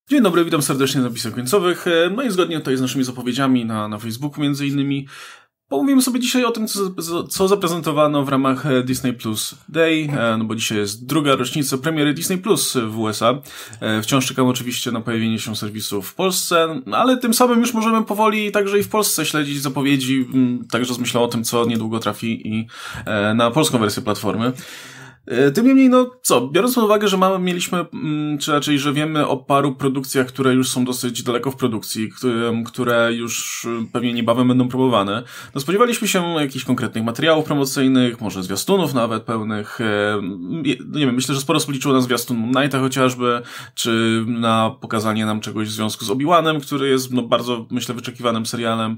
Dzień dobry, witam serdecznie na napisach końcowych. No i zgodnie tutaj z naszymi zapowiedziami na Facebooku między innymi pomówimy sobie dzisiaj o tym, co zaprezentowano w ramach Disney Plus Day, no bo dzisiaj jest druga rocznica premiery Disney Plus w USA. Wciąż czekam oczywiście na pojawienie się serwisu w Polsce, ale tym samym już możemy powoli także i w Polsce śledzić zapowiedzi, także rozmyślał o tym, co niedługo trafi i na polską wersję platformy. Tym niemniej, no co, biorąc pod uwagę, że mieliśmy, czy raczej, że wiemy o paru produkcjach, które już są dosyć daleko w produkcji, które już pewnie niebawem będą próbowane, no spodziewaliśmy się jakichś konkretnych materiałów promocyjnych, może zwiastunów nawet pełnych, nie wiem, myślę, że sporo liczyło na zwiastun Moon Knighta chociażby, czy na pokazanie nam czegoś w związku z Obi-Wanem, który jest, no bardzo, myślę, wyczekiwanym serialem.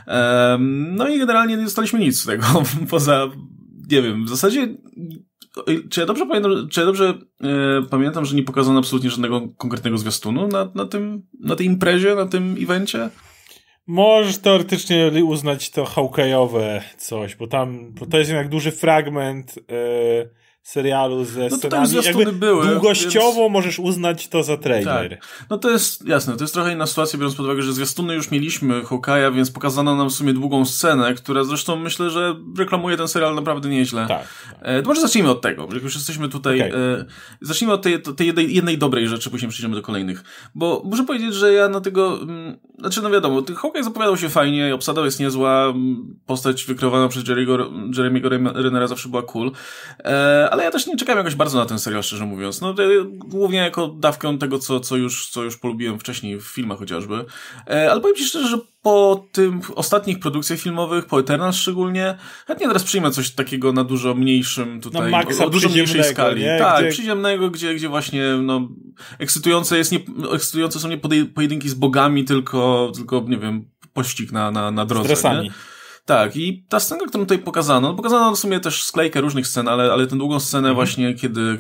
No i generalnie nie dostaliśmy nic z tego, poza, nie wiem, w zasadzie Czy ja dobrze pamiętam, że nie pokazano absolutnie żadnego konkretnego zwiastunu na tej imprezie, na tym evencie? Możesz teoretycznie uznać to Hawkeye'owe coś, bo to jest jednak duży fragment serialu ze scenami. Jakby były, długościowo więc możesz uznać to za trailer. Tak. No to jest jasne, to jest trochę inna sytuacja, biorąc pod uwagę, że zwiastuny już mieliśmy Hawkeye'a, więc pokazano nam w sumie długą scenę, która zresztą myślę, że reklamuje ten serial naprawdę nieźle. Tak. To może zacznijmy od tego, jak już jesteśmy tutaj. Okay. Zacznijmy od tej jednej dobrej rzeczy, później przejdziemy do kolejnych. Bo muszę powiedzieć, że ja na tego, no wiadomo, Hawkeye zapowiadał się fajnie, obsada jest niezła, postać wykreowana przez Jeremy'ego Rennera zawsze była cool. Ale ja też nie czekałem jakoś bardzo na ten serial, szczerze mówiąc. No, głównie jako dawkę tego, co już polubiłem wcześniej w filmach chociażby. Ale powiem ci szczerze, że po tym ostatnich produkcjach filmowych, po Eternals szczególnie, chętnie teraz przyjmę coś takiego na dużo mniejszym tutaj, o dużo mniejszej skali. Nie? Tak, przyziemnego, gdzie właśnie, no, ekscytujące są nie pojedynki z bogami, tylko nie wiem, pościg na drodze. Z dresami. Nie? Tak, i ta scena, którą tutaj pokazano w sumie też sklejkę różnych scen, ale tę długą scenę właśnie,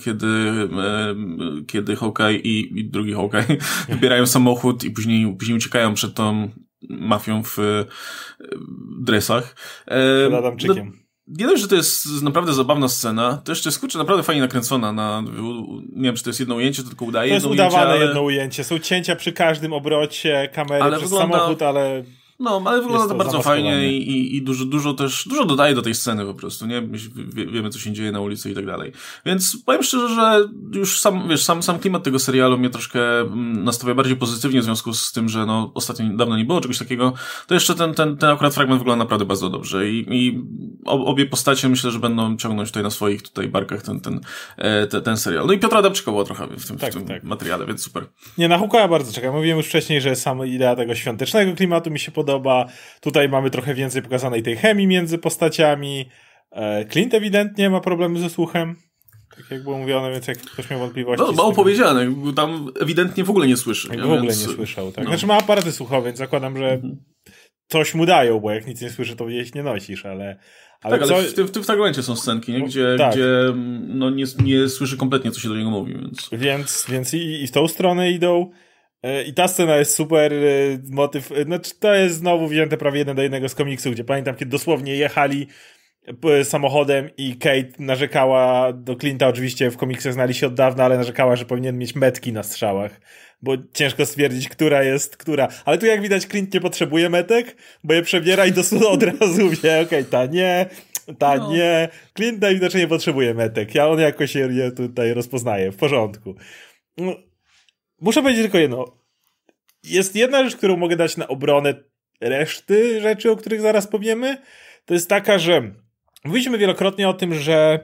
kiedy Hawkeye i drugi Hawkeye wybierają samochód i później uciekają przed tą mafią w dresach. Przed Adamczykiem. Nie dość, że to jest naprawdę zabawna scena, to jeszcze jest naprawdę fajnie nakręcona nie wiem, czy to jest jedno ujęcie, to tylko udaje jedno ujęcie. To jest udawane jedno ujęcie. Są cięcia przy każdym obrocie kamery przez samochód, ale... No, ale wygląda to bardzo fajnie i dużo dodaje do tej sceny po prostu, nie? Wiemy, co się dzieje na ulicy i tak dalej. Więc powiem szczerze, że już sam klimat tego serialu mnie troszkę nastawia bardziej pozytywnie w związku z tym, że no ostatnio dawno nie było czegoś takiego. To jeszcze ten akurat fragment wygląda naprawdę bardzo dobrze i obie postacie myślę, że będą ciągnąć tutaj na swoich tutaj barkach ten serial. No i Piotra Adamczyka było trochę w tym materiale, więc super. Nie, na Hawkeye'a bardzo czekam. Mówiłem już wcześniej, że sama idea tego świątecznego klimatu mi się podoba. Tutaj mamy trochę więcej pokazanej tej chemii między postaciami. Clint ewidentnie ma problemy ze słuchem. Tak jak było mówione, więc jak ktoś miał wątpliwości... No, mało powiedziane. Tam ewidentnie w ogóle nie słyszy. W ogóle nie słyszał, tak. No. Znaczy ma aparaty słuchowe, więc zakładam, że coś mu dają, bo jak nic nie słyszy, to gdzieś nie nosisz, ale tak, ale w tym fragmencie są scenki, nie? Gdzie no, nie słyszy kompletnie, co się do niego mówi. Więc i w tą stronę idą. I ta scena jest super, motyw, znaczy to jest znowu wzięte prawie 1:1 z komiksu, gdzie pamiętam, kiedy dosłownie jechali samochodem i Kate narzekała do Clint'a, oczywiście w komiksach znali się od dawna, ale narzekała, że powinien mieć metki na strzałach, bo ciężko stwierdzić, która jest która. Ale tu jak widać Clint nie potrzebuje metek, bo je przebiera i od razu wie, okej, ta nie. Clint najwidoczniej nie potrzebuje metek, on jakoś je tutaj rozpoznaje, w porządku. No. Muszę powiedzieć tylko jedno. Jest jedna rzecz, którą mogę dać na obronę reszty rzeczy, o których zaraz powiemy. To jest taka, że mówiliśmy wielokrotnie o tym, że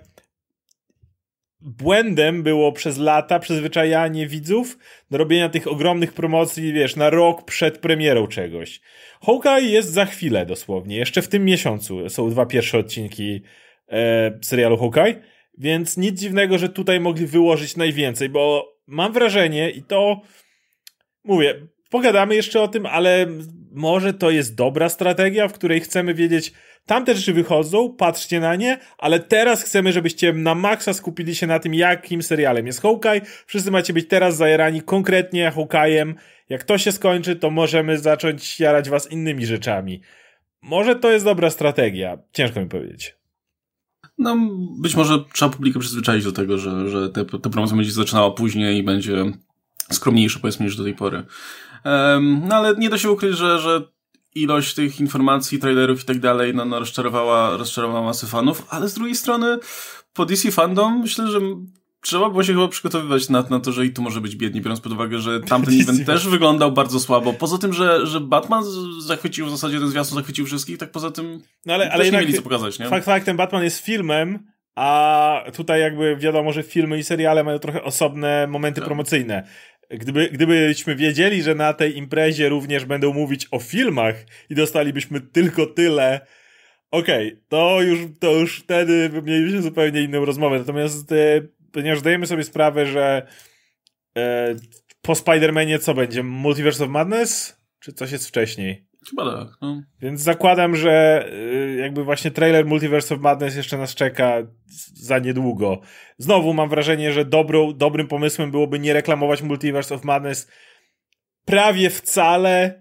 błędem było przez lata przyzwyczajanie widzów do robienia tych ogromnych promocji, na rok przed premierą czegoś. Hawkeye jest za chwilę dosłownie. Jeszcze w tym miesiącu są 2 pierwsze odcinki serialu Hawkeye, więc nic dziwnego, że tutaj mogli wyłożyć najwięcej, bo mam wrażenie i to mówię, pogadamy jeszcze o tym, ale może to jest dobra strategia, w której chcemy wiedzieć, tamte rzeczy wychodzą, patrzcie na nie, ale teraz chcemy, żebyście na maksa skupili się na tym, jakim serialem jest Hawkeye. Wszyscy macie być teraz zajarani konkretnie Hawkeye'em. Jak to się skończy, to możemy zacząć jarać was innymi rzeczami. Może to jest dobra strategia. Ciężko mi powiedzieć. No, być może trzeba publikę przyzwyczaić do tego, że ta promocja będzie zaczynała później i będzie skromniejszy, powiedzmy, niż do tej pory. No ale nie da się ukryć, że ilość tych informacji, trailerów i tak dalej, no rozczarowała masę fanów, ale z drugiej strony po DC Fandom myślę, że trzeba było się chyba przygotowywać na to, że i tu może być biednie, biorąc pod uwagę, że tamten event też wyglądał bardzo słabo. Poza tym, że Batman zachwycił, w zasadzie ten zwiastun zachwycił wszystkich, tak poza tym no ale też jednak nie mieli co pokazać, nie? Faktem Batman jest filmem, a tutaj jakby wiadomo, że filmy i seriale mają trochę osobne momenty promocyjne. Gdybyśmy wiedzieli, że na tej imprezie również będą mówić o filmach i dostalibyśmy tylko tyle, to już wtedy mielibyśmy zupełnie inną rozmowę. Natomiast ponieważ zdajemy sobie sprawę, że po Spider-Manie co będzie? Multiverse of Madness? Czy coś jest wcześniej? Chyba tak, no. Więc zakładam, że jakby właśnie trailer Multiverse of Madness jeszcze nas czeka za niedługo. Znowu mam wrażenie, że dobrym pomysłem byłoby nie reklamować Multiverse of Madness prawie wcale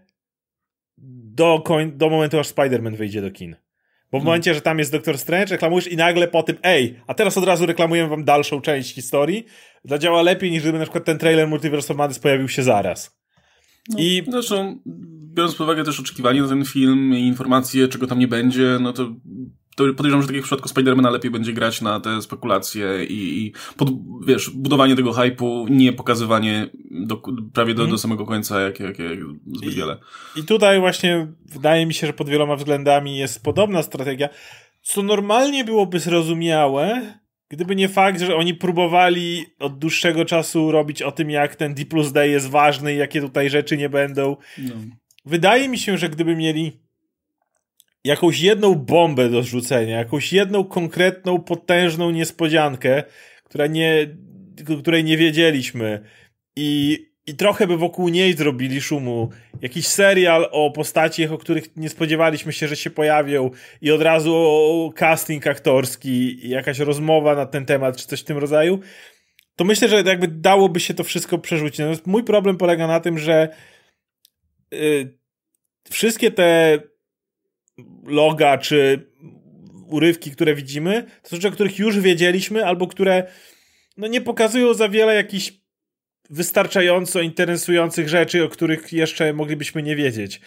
do momentu, aż Spider-Man wyjdzie do kin. Bo w momencie, że tam jest Doctor Strange, reklamujesz i nagle po tym, a teraz od razu reklamujemy wam dalszą część historii, zadziała lepiej, niż gdyby na przykład ten trailer Multiverse of Madness pojawił się zaraz. No, i zresztą, biorąc pod uwagę też oczekiwanie na ten film i informacje, czego tam nie będzie, no to podejrzewam, że tak jak w przypadku Spidermana lepiej będzie grać na te spekulacje i budowanie tego hype'u, nie pokazywanie prawie do samego końca, jak zbyt wiele. I tutaj właśnie wydaje mi się, że pod wieloma względami jest podobna strategia, co normalnie byłoby zrozumiałe, gdyby nie fakt, że oni próbowali od dłuższego czasu robić o tym, jak ten D+D jest ważny i jakie tutaj rzeczy nie będą. No. Wydaje mi się, że gdyby mieli jakąś jedną bombę do zrzucenia, jakąś jedną konkretną, potężną niespodziankę, której nie wiedzieliśmy i trochę by wokół niej zrobili szumu. Jakiś serial o postaciach, o których nie spodziewaliśmy się, że się pojawią i od razu casting aktorski i jakaś rozmowa na ten temat, czy coś w tym rodzaju, to myślę, że jakby dałoby się to wszystko przerzucić. Natomiast mój problem polega na tym, że wszystkie te loga czy urywki, które widzimy, to są rzeczy, o których już wiedzieliśmy, albo które nie pokazują za wiele jakichś wystarczająco interesujących rzeczy, o których jeszcze moglibyśmy nie wiedzieć.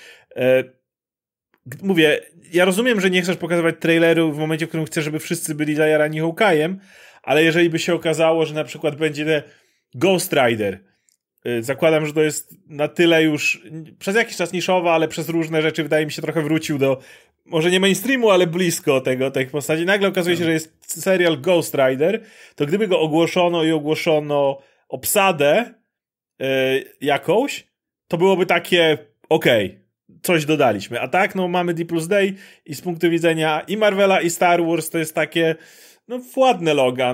Mówię, ja rozumiem, że nie chcesz pokazywać traileru w momencie, w którym chcesz, żeby wszyscy byli zajarani Hawkeye'em, ale jeżeli by się okazało, że na przykład będzie Ghost Rider, zakładam, że to jest na tyle już przez jakiś czas niszowa, ale przez różne rzeczy wydaje mi się trochę wrócił do może nie mainstreamu, ale blisko tej postaci. Nagle okazuje się, że jest serial Ghost Rider, to gdyby go ogłoszono obsadę jakąś, to byłoby takie coś dodaliśmy. A tak, mamy D+D i z punktu widzenia i Marvela i Star Wars to jest takie ładne loga,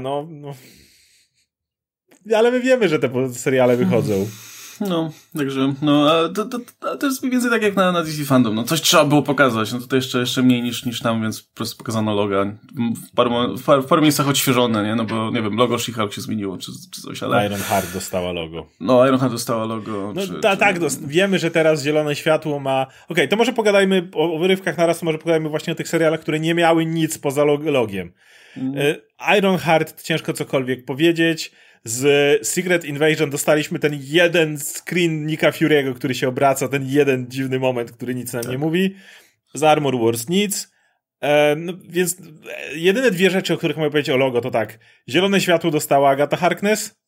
ale my wiemy, że te seriale wychodzą. Także, to jest mniej więcej tak jak na DC Fandom. Coś trzeba było pokazać, to jeszcze mniej niż tam, więc po prostu pokazano loga. W paru miejscach odświeżone, nie? Bo, nie wiem, logo She-Hulk się zmieniło, czy coś, ale... Ironheart dostała logo. Ironheart dostała logo. Wiemy, że teraz zielone światło ma... to może pogadajmy o wyrywkach naraz, to może pogadajmy właśnie o tych serialach, które nie miały nic poza logiem. Ironheart, ciężko cokolwiek powiedzieć. Z Secret Invasion dostaliśmy ten jeden screen Nicka Fury'ego, który się obraca, ten jeden dziwny moment, który nic nam nie mówi. Z Armor Wars nic. Więc jedyne dwie rzeczy, o których mogę powiedzieć o logo, to tak. Zielone światło dostała Agatha Harkness.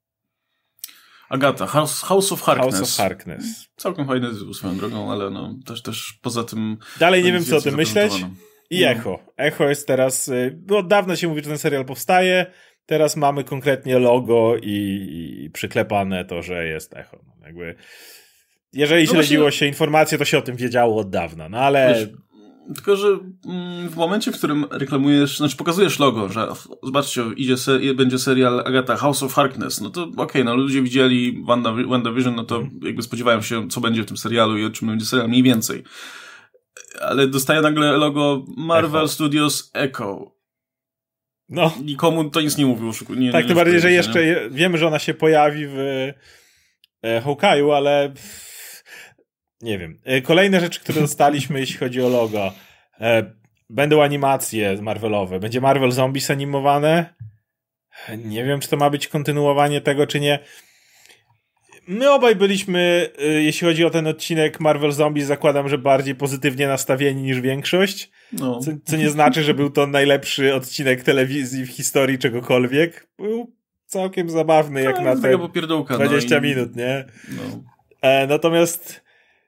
House of Harkness. House of Harkness. Całkiem fajny tytuł swoją drogą, ale też poza tym... Dalej nie wiem, co o tym myśleć. I Echo. Echo jest teraz... Od dawna się mówi, że ten serial powstaje. Teraz mamy konkretnie logo i przyklepane to, że jest Echo. Jeżeli śledziło się informacje, to się o tym wiedziało od dawna, ale... Tylko, że w momencie, w którym reklamujesz, pokazujesz logo, że zobaczcie, będzie serial Agatha House of Harkness, to ludzie widzieli WandaVision, to jakby spodziewają się, co będzie w tym serialu i o czym będzie serial mniej więcej. Ale dostaje nagle logo Marvel Echo. Studios Echo. Nikomu to nic nie mówił. Tak, tym bardziej, że jeszcze wiemy, że ona się pojawi w Hawkeye'u, ale nie wiem. Kolejne rzeczy, które dostaliśmy, jeśli chodzi o logo. Będą animacje Marvelowe. Będzie Marvel Zombies animowane. Nie wiem, czy to ma być kontynuowanie tego, czy nie. my obaj byliśmy, jeśli chodzi o ten odcinek Marvel Zombies, zakładam, że bardziej pozytywnie nastawieni niż większość. No. Co nie znaczy, że był to najlepszy odcinek telewizji w historii czegokolwiek. Był całkiem zabawny, jak na te 20 minut, nie? No. Natomiast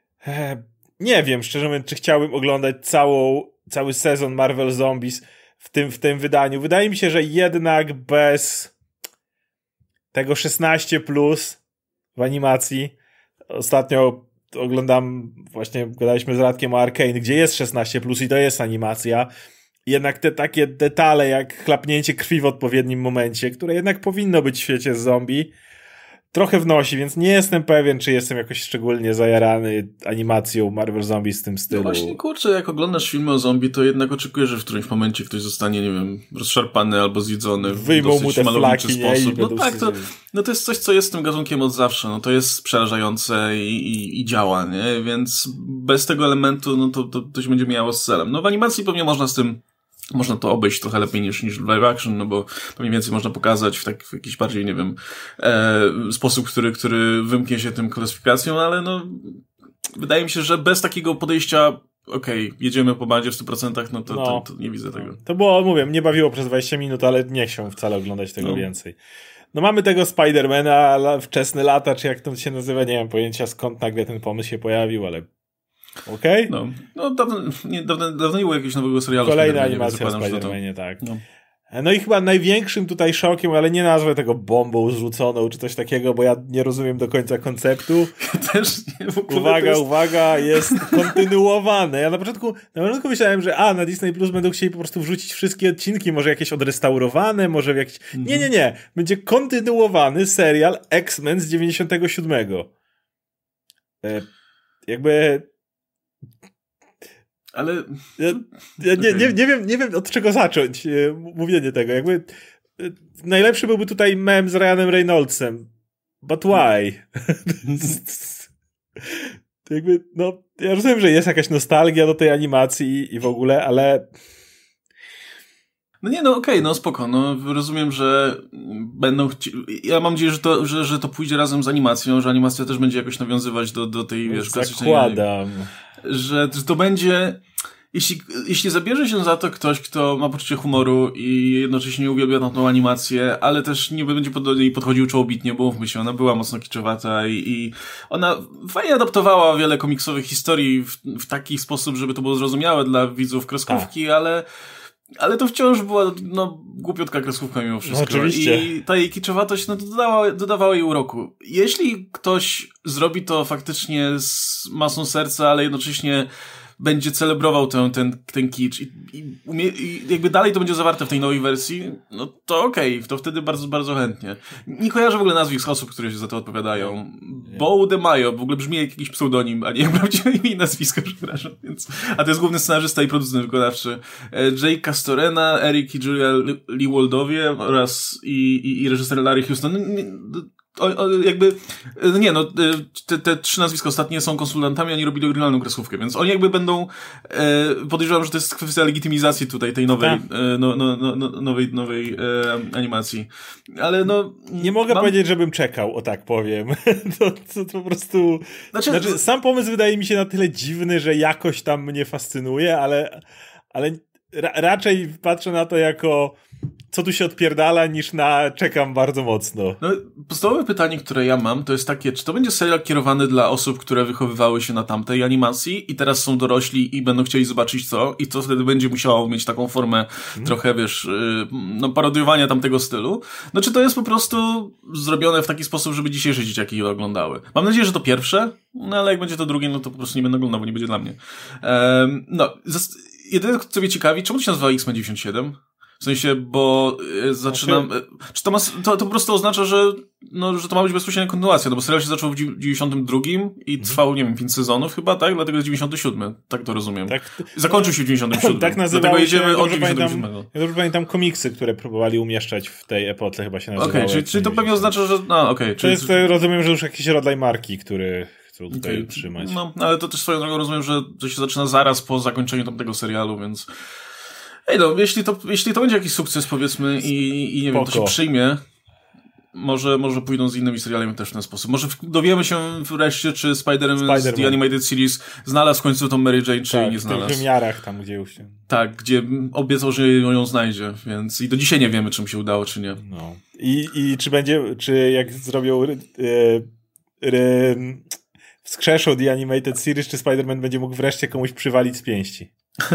nie wiem, szczerze mówiąc, czy chciałbym oglądać cały sezon Marvel Zombies w tym wydaniu. Wydaje mi się, że jednak bez tego 16+ w animacji. Ostatnio właśnie gadaliśmy z Radkiem o Arcane, gdzie jest 16+ i to jest animacja. Jednak te takie detale jak chlapnięcie krwi w odpowiednim momencie, które jednak powinno być w świecie zombie, trochę wnosi, więc nie jestem pewien, czy jestem jakoś szczególnie zajarany animacją Marvel Zombies w tym stylu. No właśnie, kurczę, jak oglądasz filmy o zombie, to jednak oczekujesz, że w którymś momencie ktoś zostanie, nie wiem, rozszarpany albo zjedzony w dosyć malowniczy sposób. No tak, to jest coś, co jest tym gatunkiem od zawsze. No to jest przerażające i działa, nie? Więc bez tego elementu, no to się będzie miało z celem. No w animacji pewnie można to obejść trochę lepiej niż w live action, no bo pewnie więcej można pokazać w jakiś bardziej, nie wiem, sposób, który wymknie się tym klasyfikacją, ale no wydaje mi się, że bez takiego podejścia jedziemy po bandzie w 100%, no to nie widzę tego. To było, mówię, mnie bawiło przez 20 minut, ale nie chciałem wcale oglądać tego więcej. No mamy tego Spidermana, wczesne lata, czy jak to się nazywa, nie mam pojęcia skąd nagle ten pomysł się pojawił, ale okej. No dawno nie było jakiegoś nowego serialu. Kolejna animacja o Spider-Manie, tak. No i chyba największym tutaj szokiem, ale nie nazwę tego bombą zrzuconą, czy coś takiego, bo ja nie rozumiem do końca konceptu. Ja też nie. W ogóle uwaga, jest kontynuowane. Ja na początku myślałem, że na Disney Plus będą chcieli po prostu wrzucić wszystkie odcinki, może jakieś odrestaurowane, może w jakieś... Nie. Będzie kontynuowany serial X-Men z 97. Ale... Ja nie wiem od czego zacząć mówienie tego. Najlepszy byłby tutaj mem z Ryanem Reynoldsem. But why? Ja rozumiem, że jest jakaś nostalgia do tej animacji i w ogóle, ale... spoko. Rozumiem, że będą ja mam nadzieję, że to pójdzie razem z animacją, że animacja też będzie jakoś nawiązywać do tej, klasycznej... Zakładam. Że to będzie... Jeśli zabierze się za to ktoś, kto ma poczucie humoru i jednocześnie uwielbia tą animację, ale też nie będzie do niej podchodził czołobitnie, bo mówmy się, ona była mocno kiczowata i ona fajnie adaptowała wiele komiksowych historii w taki sposób, żeby to było zrozumiałe dla widzów kreskówki, ale to wciąż była, głupiutka kreskówka mimo wszystko. Oczywiście. I ta jej kiczowatość, dodawała jej uroku. Jeśli ktoś zrobi to faktycznie z masą serca, ale jednocześnie będzie celebrował ten kicz i jakby dalej to będzie zawarte w tej nowej wersji, no to to wtedy bardzo, bardzo chętnie. Nie kojarzę w ogóle nazwisk osób, które się za to odpowiadają. Bo DeMaio w ogóle brzmi jak jakiś pseudonim, a nie jak prawdziwe imię i nazwisko, przepraszam. A to jest główny scenarzysta i producent wykonawczy. Jake Castorena, Eric i Julia Lee Waldowie oraz i reżyser Larry Houston. Te trzy nazwiska ostatnie są konsultantami, oni robili oryginalną kreskówkę, więc oni jakby będą, podejrzewam, że to jest kwestia legitymizacji tutaj tej nowej, nowej animacji. Ale nie mogę powiedzieć, żebym czekał, o tak powiem. to po prostu... Znaczy, sam pomysł wydaje mi się na tyle dziwny, że jakoś tam mnie fascynuje, ale raczej patrzę na to jako co tu się odpierdala, niż na czekam bardzo mocno. Podstawowe pytanie, które ja mam, to jest takie, czy to będzie serial kierowany dla osób, które wychowywały się na tamtej animacji i teraz są dorośli i będą chcieli zobaczyć i to wtedy będzie musiało mieć taką formę trochę, parodiowania tamtego stylu. Czy to jest po prostu zrobione w taki sposób, żeby dzisiejsze dzieciaki je oglądały. Mam nadzieję, że to pierwsze, ale jak będzie to drugie, to po prostu nie będę oglądał, bo nie będzie dla mnie. Jedyne, co mnie ciekawi, czemu to się nazywa X-Men 97? W sensie, bo zaczynam... Czy to po prostu oznacza, że to ma być bezpośrednia kontynuacja, bo serial się zaczął w 92 i trwał, 5 sezonów chyba, tak? Dlatego jest 97. Tak to rozumiem. Tak. Zakończył się w 97. Tak nazywało Dlatego jedziemy się, od 97. Ja dobrze pamiętam komiksy, które próbowali umieszczać w tej epoce, chyba się nazywały. Czyli to pewnie oznacza, że... rozumiem, że już jakiś rodzaj marki, który chcą tutaj utrzymać. Ale to też swoją drogą rozumiem, że to się zaczyna zaraz po zakończeniu tamtego serialu, więc... jeśli to będzie jakiś sukces, powiedzmy, i nie wiem, to się przyjmie, Może pójdą z innymi serialami też w ten sposób. Może dowiemy się wreszcie, czy Spider-Man z The Animated Series znalazł w końcu tą Mary Jane, czy nie znalazł. W tych wymiarach tam, gdzie już się... Tak, gdzie obiecał, że ją znajdzie, więc i do dzisiaj nie wiemy, czy mu się udało, czy nie. No. I czy jak zrobią wskrzeszą The Animated Series, czy Spider-Man będzie mógł wreszcie komuś przywalić z pięści?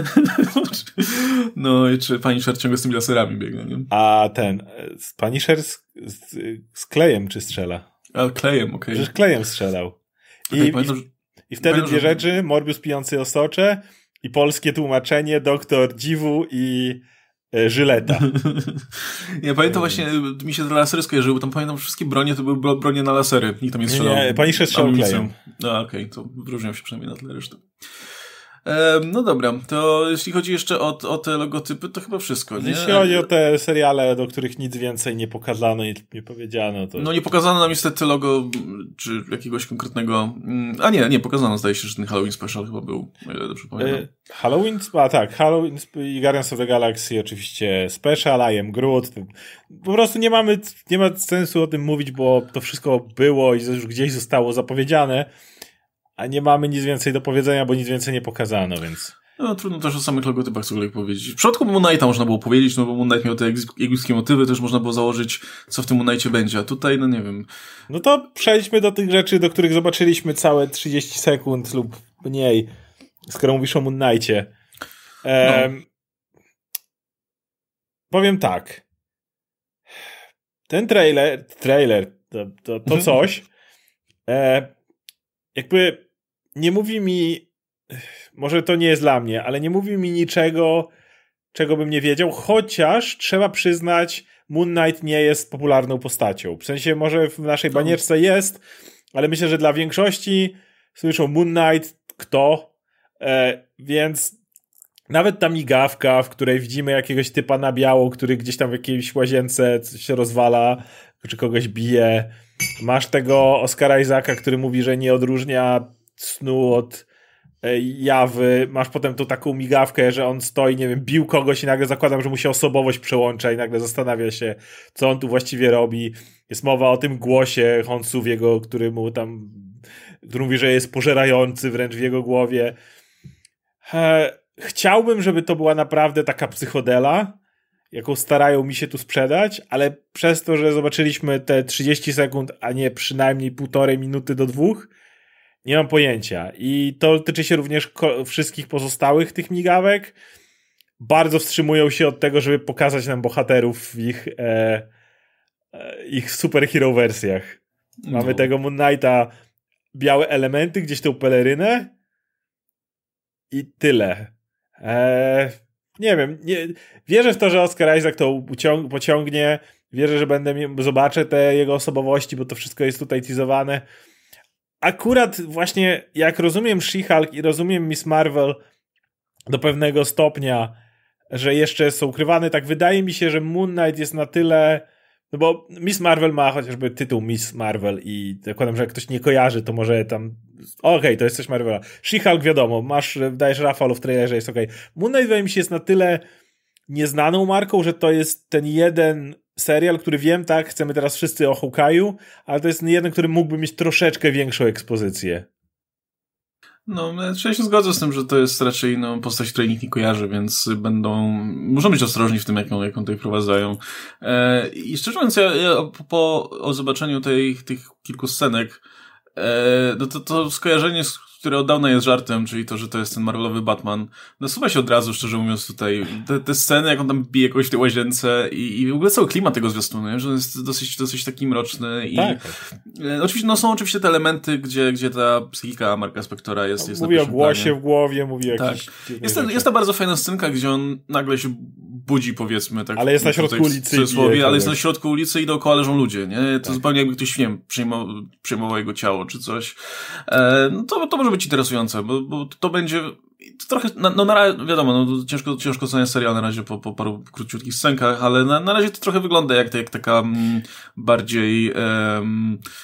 No i czy Punisher ciągle z tymi laserami biegnie, nie? A Punisher z klejem czy strzela? A klejem, okej. Że klejem strzelał. I wtedy dwie rzeczy, Morbius pijący osocze i polskie tłumaczenie, Doktor Dziwu i Żyleta. Ja pamiętam właśnie, mi się te lasery skojarzyły, tam pamiętam, że wszystkie bronie to były bronie na lasery. Nikt tam nie strzelał. Nie, Punisher strzelał klejem. No okej, to wyróżniał się przynajmniej na tle reszty. No dobra, to jeśli chodzi jeszcze o te logotypy, to chyba wszystko, nie? Jeśli chodzi o te seriale, do których nic więcej nie pokazano i nie powiedziano, to... No nie pokazano nam niestety logo, czy jakiegoś konkretnego... A nie pokazano, zdaje się, że ten Halloween Special chyba był, o ile dobrze pamiętam. Halloween i Guardians of the Galaxy oczywiście Special, I Am Groot. Po prostu nie ma sensu o tym mówić, bo to wszystko było i już gdzieś zostało zapowiedziane. A nie mamy nic więcej do powiedzenia, bo nic więcej nie pokazano, więc... No trudno też o samych logotypach cokolwiek powiedzieć. W przypadku Moon Knighta można było powiedzieć, no bo Moon Knight miał te egipskie motywy, też można było założyć, co w tym Moon Knightie będzie, a tutaj, no nie wiem. No to przejdźmy do tych rzeczy, do których zobaczyliśmy całe 30 sekund lub mniej, skoro mówisz o Moon Knightie. Powiem tak. Ten trailer to coś... jakby nie mówi mi, może to nie jest dla mnie, ale nie mówi mi niczego, czego bym nie wiedział, chociaż trzeba przyznać, Moon Knight nie jest popularną postacią. W sensie może w naszej banierce jest, ale myślę, że dla większości słyszą Moon Knight, kto, więc nawet ta migawka, w której widzimy jakiegoś typa na biało, który gdzieś tam w jakiejś łazience coś się rozwala, czy kogoś bije. Masz tego Oscara Isaaca, który mówi, że nie odróżnia snu od jawy. Masz potem tą taką migawkę, że on stoi, nie wiem, bił kogoś i nagle zakładam, że mu się osobowość przełącza i nagle zastanawia się, co on tu właściwie robi. Jest mowa o tym głosie Honsuwiego, który mówi, że jest pożerający wręcz w jego głowie. Chciałbym, żeby to była naprawdę taka psychodela, jaką starają mi się tu sprzedać, ale przez to, że zobaczyliśmy te 30 sekund, a nie przynajmniej 1,5 minuty do 2, nie mam pojęcia. I to tyczy się również wszystkich pozostałych tych migawek. Bardzo wstrzymują się od tego, żeby pokazać nam bohaterów w ich superhero wersjach. Mamy tego Moon Knighta, białe elementy, gdzieś tą pelerynę i tyle. Nie wiem, wierzę w to, że Oscar Isaac to pociągnie, wierzę, że zobaczę te jego osobowości, bo to wszystko jest tutaj teasowane. Akurat właśnie jak rozumiem She-Hulk i rozumiem Miss Marvel do pewnego stopnia, że jeszcze są ukrywane, tak wydaje mi się, że Moon Knight jest na tyle... No bo Miss Marvel ma chociażby tytuł Miss Marvel i zakładam, że jak ktoś nie kojarzy, to może tam... Okej, to jest coś Marvela. She-Hulk wiadomo, dajesz Rafał w trailerze, jest okej. Moon Knight wydaje mi się jest na tyle nieznaną marką, że to jest ten jeden serial, który wiem, tak, chcemy teraz wszyscy o Hawkeye'u, ale to jest ten jeden, który mógłby mieć troszeczkę większą ekspozycję. No, ja się zgodzę z tym, że to jest raczej postać, której nikt nie kojarzy, więc muszą być ostrożni w tym, jaką tutaj wprowadzają. I szczerze mówiąc, ja po zobaczeniu tych kilku scenek, no to skojarzenie, które od dawna jest żartem, czyli to, że to jest ten Marvelowy Batman, nasuwa się od razu, szczerze mówiąc, tutaj. Te sceny, jak on tam bije kogoś w tej łazience i w ogóle cały klimat tego zwiastunu, nie? Że on jest dosyć taki mroczny i tak. Oczywiście, są oczywiście te elementy, gdzie ta psychika Marka Spectora jest mówi o głosie planie. W głowie, mówi o tak. Jest ta bardzo fajna scenka, gdzie on nagle się budzi, powiedzmy. Tak, ale jest na środku ulicy. Ale jest na środku ulicy i dookoła leżą ludzie, nie? To zupełnie jakby ktoś, nie wiem, przejmował jego ciało czy coś. To może być interesujące, bo to będzie trochę, na razie, wiadomo, ciężko oceniać serial na razie po paru króciutkich scenkach, ale na razie to trochę wygląda jak taka bardziej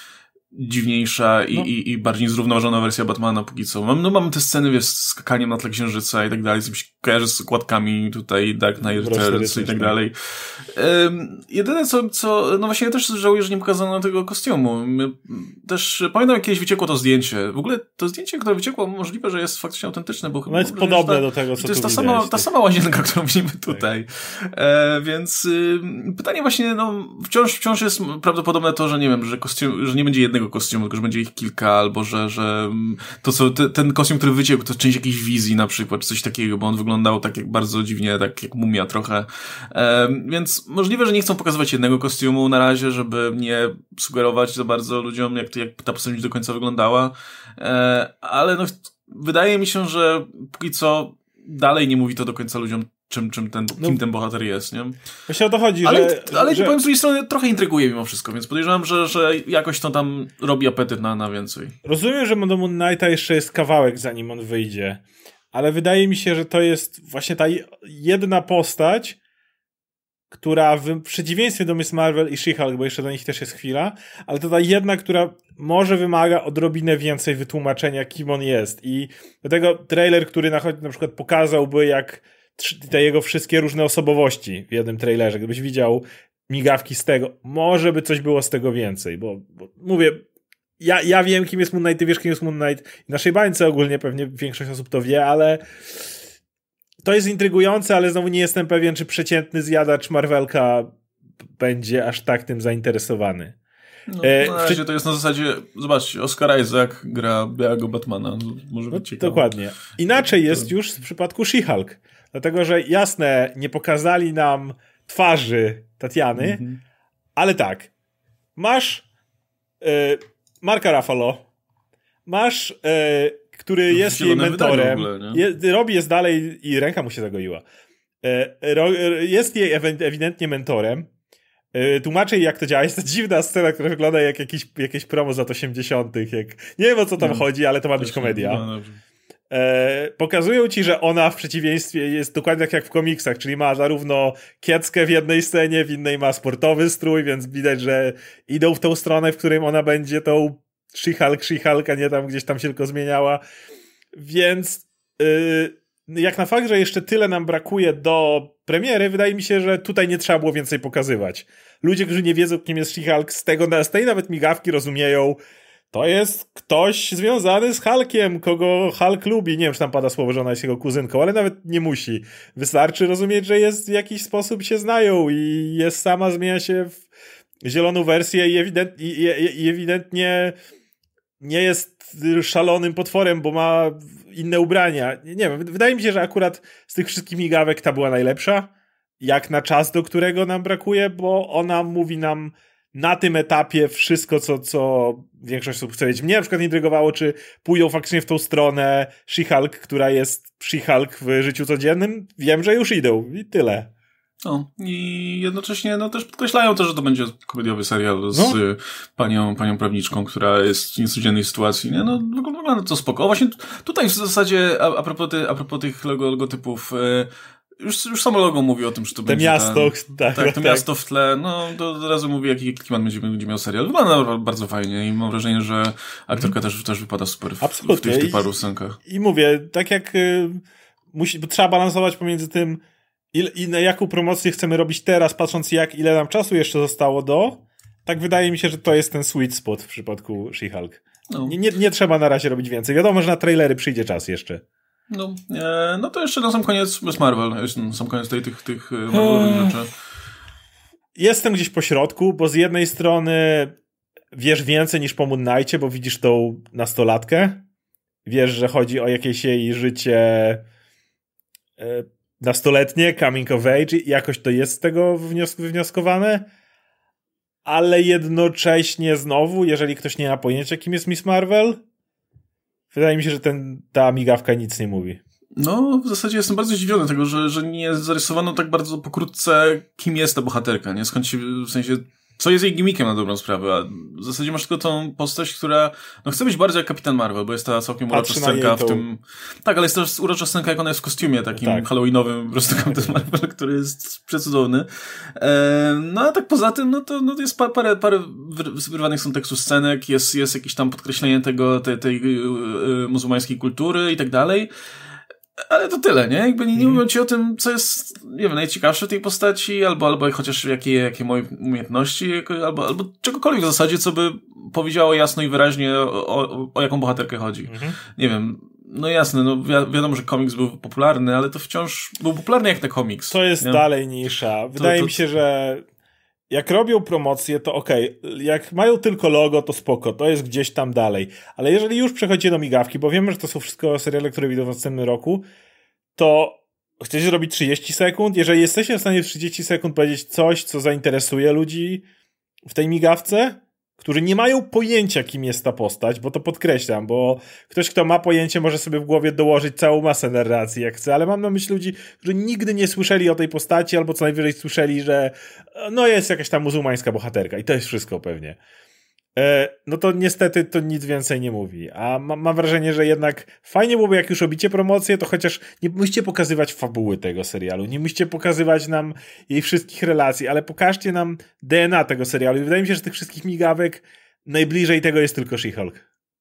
dziwniejsza i bardziej zrównoważona wersja Batmana póki co. Mamy te sceny, wiesz, z skakaniem na tle księżyca i tak dalej, co mi się kojarzy z okładkami tutaj Dark Knight Returns i tak dalej. Jedyne no właśnie ja też żałuję, że nie pokazano tego kostiumu. Też pamiętam, jak kiedyś wyciekło to zdjęcie. W ogóle to zdjęcie, które wyciekło, możliwe, że jest faktycznie autentyczne, bo no jest podobne do tego, co to jest ta sama łazienka, którą widzimy tutaj. Więc pytanie właśnie, no wciąż jest prawdopodobne to, że nie wiem, że nie będzie jednego kostiumu, tylko że będzie ich kilka, albo że to co, ten kostium, który wyciekł, to część jakiejś wizji na przykład, czy coś takiego, bo on wyglądał tak jak bardzo dziwnie, tak jak mumia trochę. Więc możliwe, że nie chcą pokazywać jednego kostiumu na razie, żeby nie sugerować za bardzo ludziom, jak ta postać do końca wyglądała. Ale no, wydaje mi się, że póki co dalej nie mówi to do końca ludziom, kim ten bohater jest, nie? Właśnie o to chodzi, ale powiem z drugiej strony, trochę intryguje mimo wszystko, więc podejrzewam, że jakoś to tam robi apetyt na więcej. Rozumiem, że do Moon Knighta jeszcze jest kawałek, zanim on wyjdzie, ale wydaje mi się, że to jest właśnie ta jedna postać, która w przeciwieństwie do Miss Marvel i She-Hulk, bo jeszcze do nich też jest chwila, ale to ta jedna, która może wymaga odrobinę więcej wytłumaczenia, kim on jest. I do tego trailer, który na przykład pokazałby, jak te jego wszystkie różne osobowości w jednym trailerze, gdybyś widział migawki z tego, może by coś było z tego więcej, bo mówię, ja wiem, kim jest Moon Knight, ty wiesz, kim jest Moon Knight, w naszej bańce ogólnie pewnie większość osób to wie, ale to jest intrygujące, ale znowu nie jestem pewien, czy przeciętny zjadacz Marvelka będzie aż tak tym zainteresowany. No, na razie to jest na zasadzie, zobaczcie, Oscar Isaac gra białego Batmana, może być ciekawe. Dokładnie. Inaczej jest już w przypadku She-Hulk, dlatego, że jasne, nie pokazali nam twarzy Tatiany, ale tak, masz Marka Ruffalo, masz który jest jej mentorem. Robi jest dalej i ręka mu się zagoiła. Jest jej ewidentnie mentorem. Tłumaczy jej, jak to działa. Jest to dziwna scena, która wygląda jak jakieś promo z lat 80. Nie wiem, o co tam chodzi, ale to ma być komedia. Pokazują ci, że ona w przeciwieństwie jest dokładnie tak jak w komiksach, czyli ma zarówno kieckę w jednej scenie, w innej ma sportowy strój, więc widać, że idą w tą stronę, w której ona będzie tą She-Hulk, a nie tam gdzieś tam się tylko zmieniała. Więc jak na fakt, że jeszcze tyle nam brakuje do premiery, wydaje mi się, że tutaj nie trzeba było więcej pokazywać. Ludzie, którzy nie wiedzą, kim jest She-Hulk, z tej nawet migawki rozumieją, to jest ktoś związany z Hulkiem, kogo Hulk lubi. Nie wiem, czy tam pada słowo, że ona jest jego kuzynką, ale nawet nie musi. Wystarczy rozumieć, że jest w jakiś sposób się znają i jest sama, zmienia się w zieloną wersję i ewidentnie nie jest szalonym potworem, bo ma inne ubrania. Nie wiem, wydaje mi się, że akurat z tych wszystkich migawek ta była najlepsza, jak na czas, do którego nam brakuje, bo ona mówi nam na tym etapie wszystko, co większość osób chce wiedzieć. Mnie na przykład intrygowało, czy pójdą faktycznie w tą stronę She-Hulk, która jest She-Hulk w życiu codziennym. Wiem, że już idą i tyle. No i jednocześnie no też podkreślają to, że to będzie komediowy serial z panią prawniczką, która jest w niecodziennej sytuacji. Nie? No wygląda to spoko. O, właśnie tutaj w zasadzie a propos tych logotypów, już samo logo mówi o tym, że to będzie miasto, to miasto w tle, no to od razu mówi, jaki klimat będzie miał serial. Wygląda bardzo fajnie i mam wrażenie, że aktorka też wypada super w tych paru scenkach. I mówię, tak jak trzeba balansować pomiędzy tym, i na jaką promocję chcemy robić teraz, patrząc ile nam czasu jeszcze zostało tak wydaje mi się, że to jest ten sweet spot w przypadku She-Hulk. No. Nie trzeba na razie robić więcej. Wiadomo, że na trailery przyjdzie czas jeszcze. No to jeszcze na sam koniec Miss Marvel. Na sam koniec tych Marvelowych rzeczy. Jestem gdzieś po środku, bo z jednej strony wiesz więcej niż po Moon Knightie, bo widzisz tą nastolatkę. Wiesz, że chodzi o jakieś jej życie nastoletnie, coming of age i jakoś to jest z tego wywnioskowane, ale jednocześnie znowu, jeżeli ktoś nie ma pojęcia, kim jest Miss Marvel, wydaje mi się, że ta migawka nic nie mówi. No, w zasadzie jestem bardzo zdziwiony tego, że nie zarysowano tak bardzo pokrótce, kim jest ta bohaterka, nie? Skąd się, w sensie, Co jest jej gimmickiem na dobrą sprawę. A w zasadzie masz tylko tą postać, która chce być bardziej jak Kapitan Marvel, bo jest ta całkiem urocza scenka w tym... Tak, ale jest też urocza scenka, jak ona jest w kostiumie takim halloweenowym, po prostu Kapitan Marvel, który jest przecudowny. No a tak poza tym, to jest parę wyrwanych są tekstu scenek, jest jakieś tam podkreślenie tej muzułmańskiej kultury i tak dalej. Ale to tyle, nie? Jakby nie mówią ci o tym, co jest, nie wiem, najciekawsze w tej postaci, albo chociaż jakie moje umiejętności, albo czegokolwiek w zasadzie, co by powiedziało jasno i wyraźnie o jaką bohaterkę chodzi. Nie wiem, no jasne, wiadomo, że komiks był popularny, ale to wciąż był popularny jak ten komiks. To jest dalej nisza. Wydaje mi się, że jak robią promocję, to okej. Jak mają tylko logo, to spoko. To jest gdzieś tam dalej. Ale jeżeli już przechodzicie do migawki, bo wiemy, że to są wszystko seriale, które wyjdą w następnym roku, to chcecie zrobić 30 sekund? Jeżeli jesteście w stanie w 30 sekund powiedzieć coś, co zainteresuje ludzi w tej migawce, którzy nie mają pojęcia, kim jest ta postać, bo to podkreślam, bo ktoś, kto ma pojęcie, może sobie w głowie dołożyć całą masę narracji, jak chce, ale mam na myśli ludzi, którzy nigdy nie słyszeli o tej postaci, albo co najwyżej słyszeli, że jest jakaś tam muzułmańska bohaterka i to jest wszystko pewnie. No to niestety to nic więcej nie mówi. A mam wrażenie, że jednak fajnie byłoby, jak już robicie promocję, to chociaż nie musicie pokazywać fabuły tego serialu, nie musicie pokazywać nam jej wszystkich relacji, ale pokażcie nam DNA tego serialu. I wydaje mi się, że z tych wszystkich migawek najbliżej tego jest tylko She-Hulk.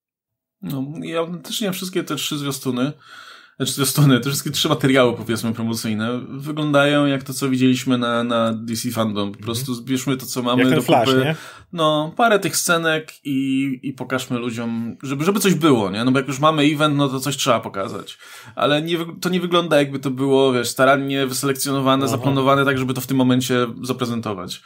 No, ja autentycznie wszystkie te 3 zwiastuny, te wszystkie 3 materiały, powiedzmy, promocyjne, wyglądają jak to, co widzieliśmy na DC Fandom. Po prostu zbierzmy to, co mamy jak do ten Flash, kupy. nie? No, parę tych scenek i pokażmy ludziom, żeby coś było, nie? No bo jak już mamy event, no to coś trzeba pokazać. Ale to nie wygląda, jakby to było, wiesz, starannie wyselekcjonowane, zaplanowane tak, żeby to w tym momencie zaprezentować.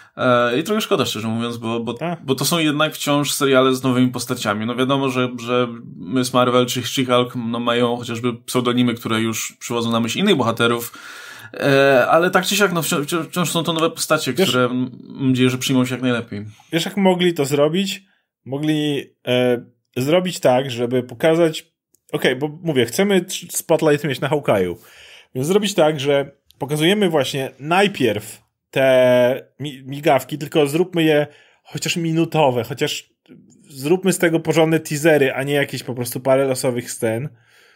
I trochę szkoda, szczerze mówiąc, bo to są jednak wciąż seriale z nowymi postaciami. No wiadomo, że Miss Marvel czy She-Hulk mają chociażby pseudonimy, które już przywodzą na myśl innych bohaterów, ale tak czy siak wciąż są to nowe postacie, które mam nadzieję, że przyjmą się jak najlepiej. Wiesz, jak mogli to zrobić? Mogli zrobić tak, żeby pokazać bo mówię, chcemy spotlight mieć na Hawkeye'u, więc zrobić tak, że pokazujemy właśnie najpierw te migawki, tylko zróbmy je chociaż minutowe, chociaż zróbmy z tego porządne teasery, a nie jakieś po prostu parę losowych scen.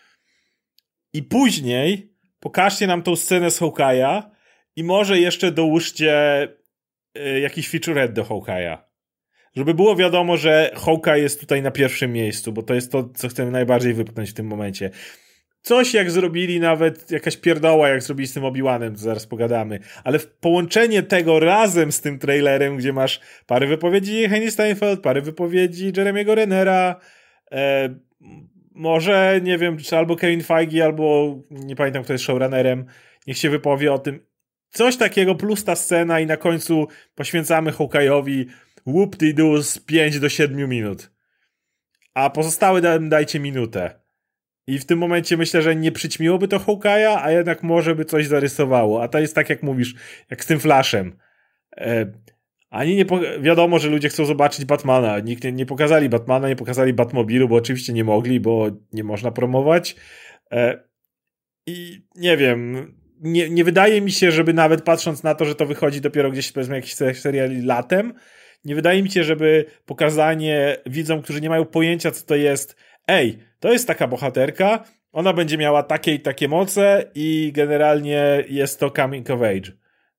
I później pokażcie nam tą scenę z Hawkeye'a i może jeszcze dołóżcie jakiś featurette do Hawkeye'a. Żeby było wiadomo, że Hawkeye jest tutaj na pierwszym miejscu, bo to jest to, co chcemy najbardziej wypchnąć w tym momencie. Coś jak zrobili, nawet jakaś pierdoła, jak zrobili z tym Obi-Wanem, to zaraz pogadamy. Ale połączenie tego razem z tym trailerem, gdzie masz parę wypowiedzi Hailee Steinfeld, parę wypowiedzi Jeremiego Renera, może, nie wiem, czy albo Kevin Feige, albo nie pamiętam, kto jest showrunnerem, niech się wypowie o tym. Coś takiego plus ta scena i na końcu poświęcamy Hawkeye'owi whoop-de-doo z 5 do 7 minut. A pozostałe dajcie minutę. I w tym momencie myślę, że nie przyćmiłoby to Hawkeye'a, a jednak może by coś zarysowało. A to jest tak, jak mówisz, jak z tym Flashem. Wiadomo, że ludzie chcą zobaczyć Batmana. Nikt nie pokazali Batmana, nie pokazali Batmobilu, bo oczywiście nie mogli, bo nie można promować. I nie wiem, nie wydaje mi się, żeby nawet patrząc na to, że to wychodzi dopiero gdzieś, powiedzmy, jakiś serial latem, nie wydaje mi się, żeby pokazanie widzom, którzy nie mają pojęcia, co to jest, to jest taka bohaterka, ona będzie miała takie i takie moce i generalnie jest to coming of age.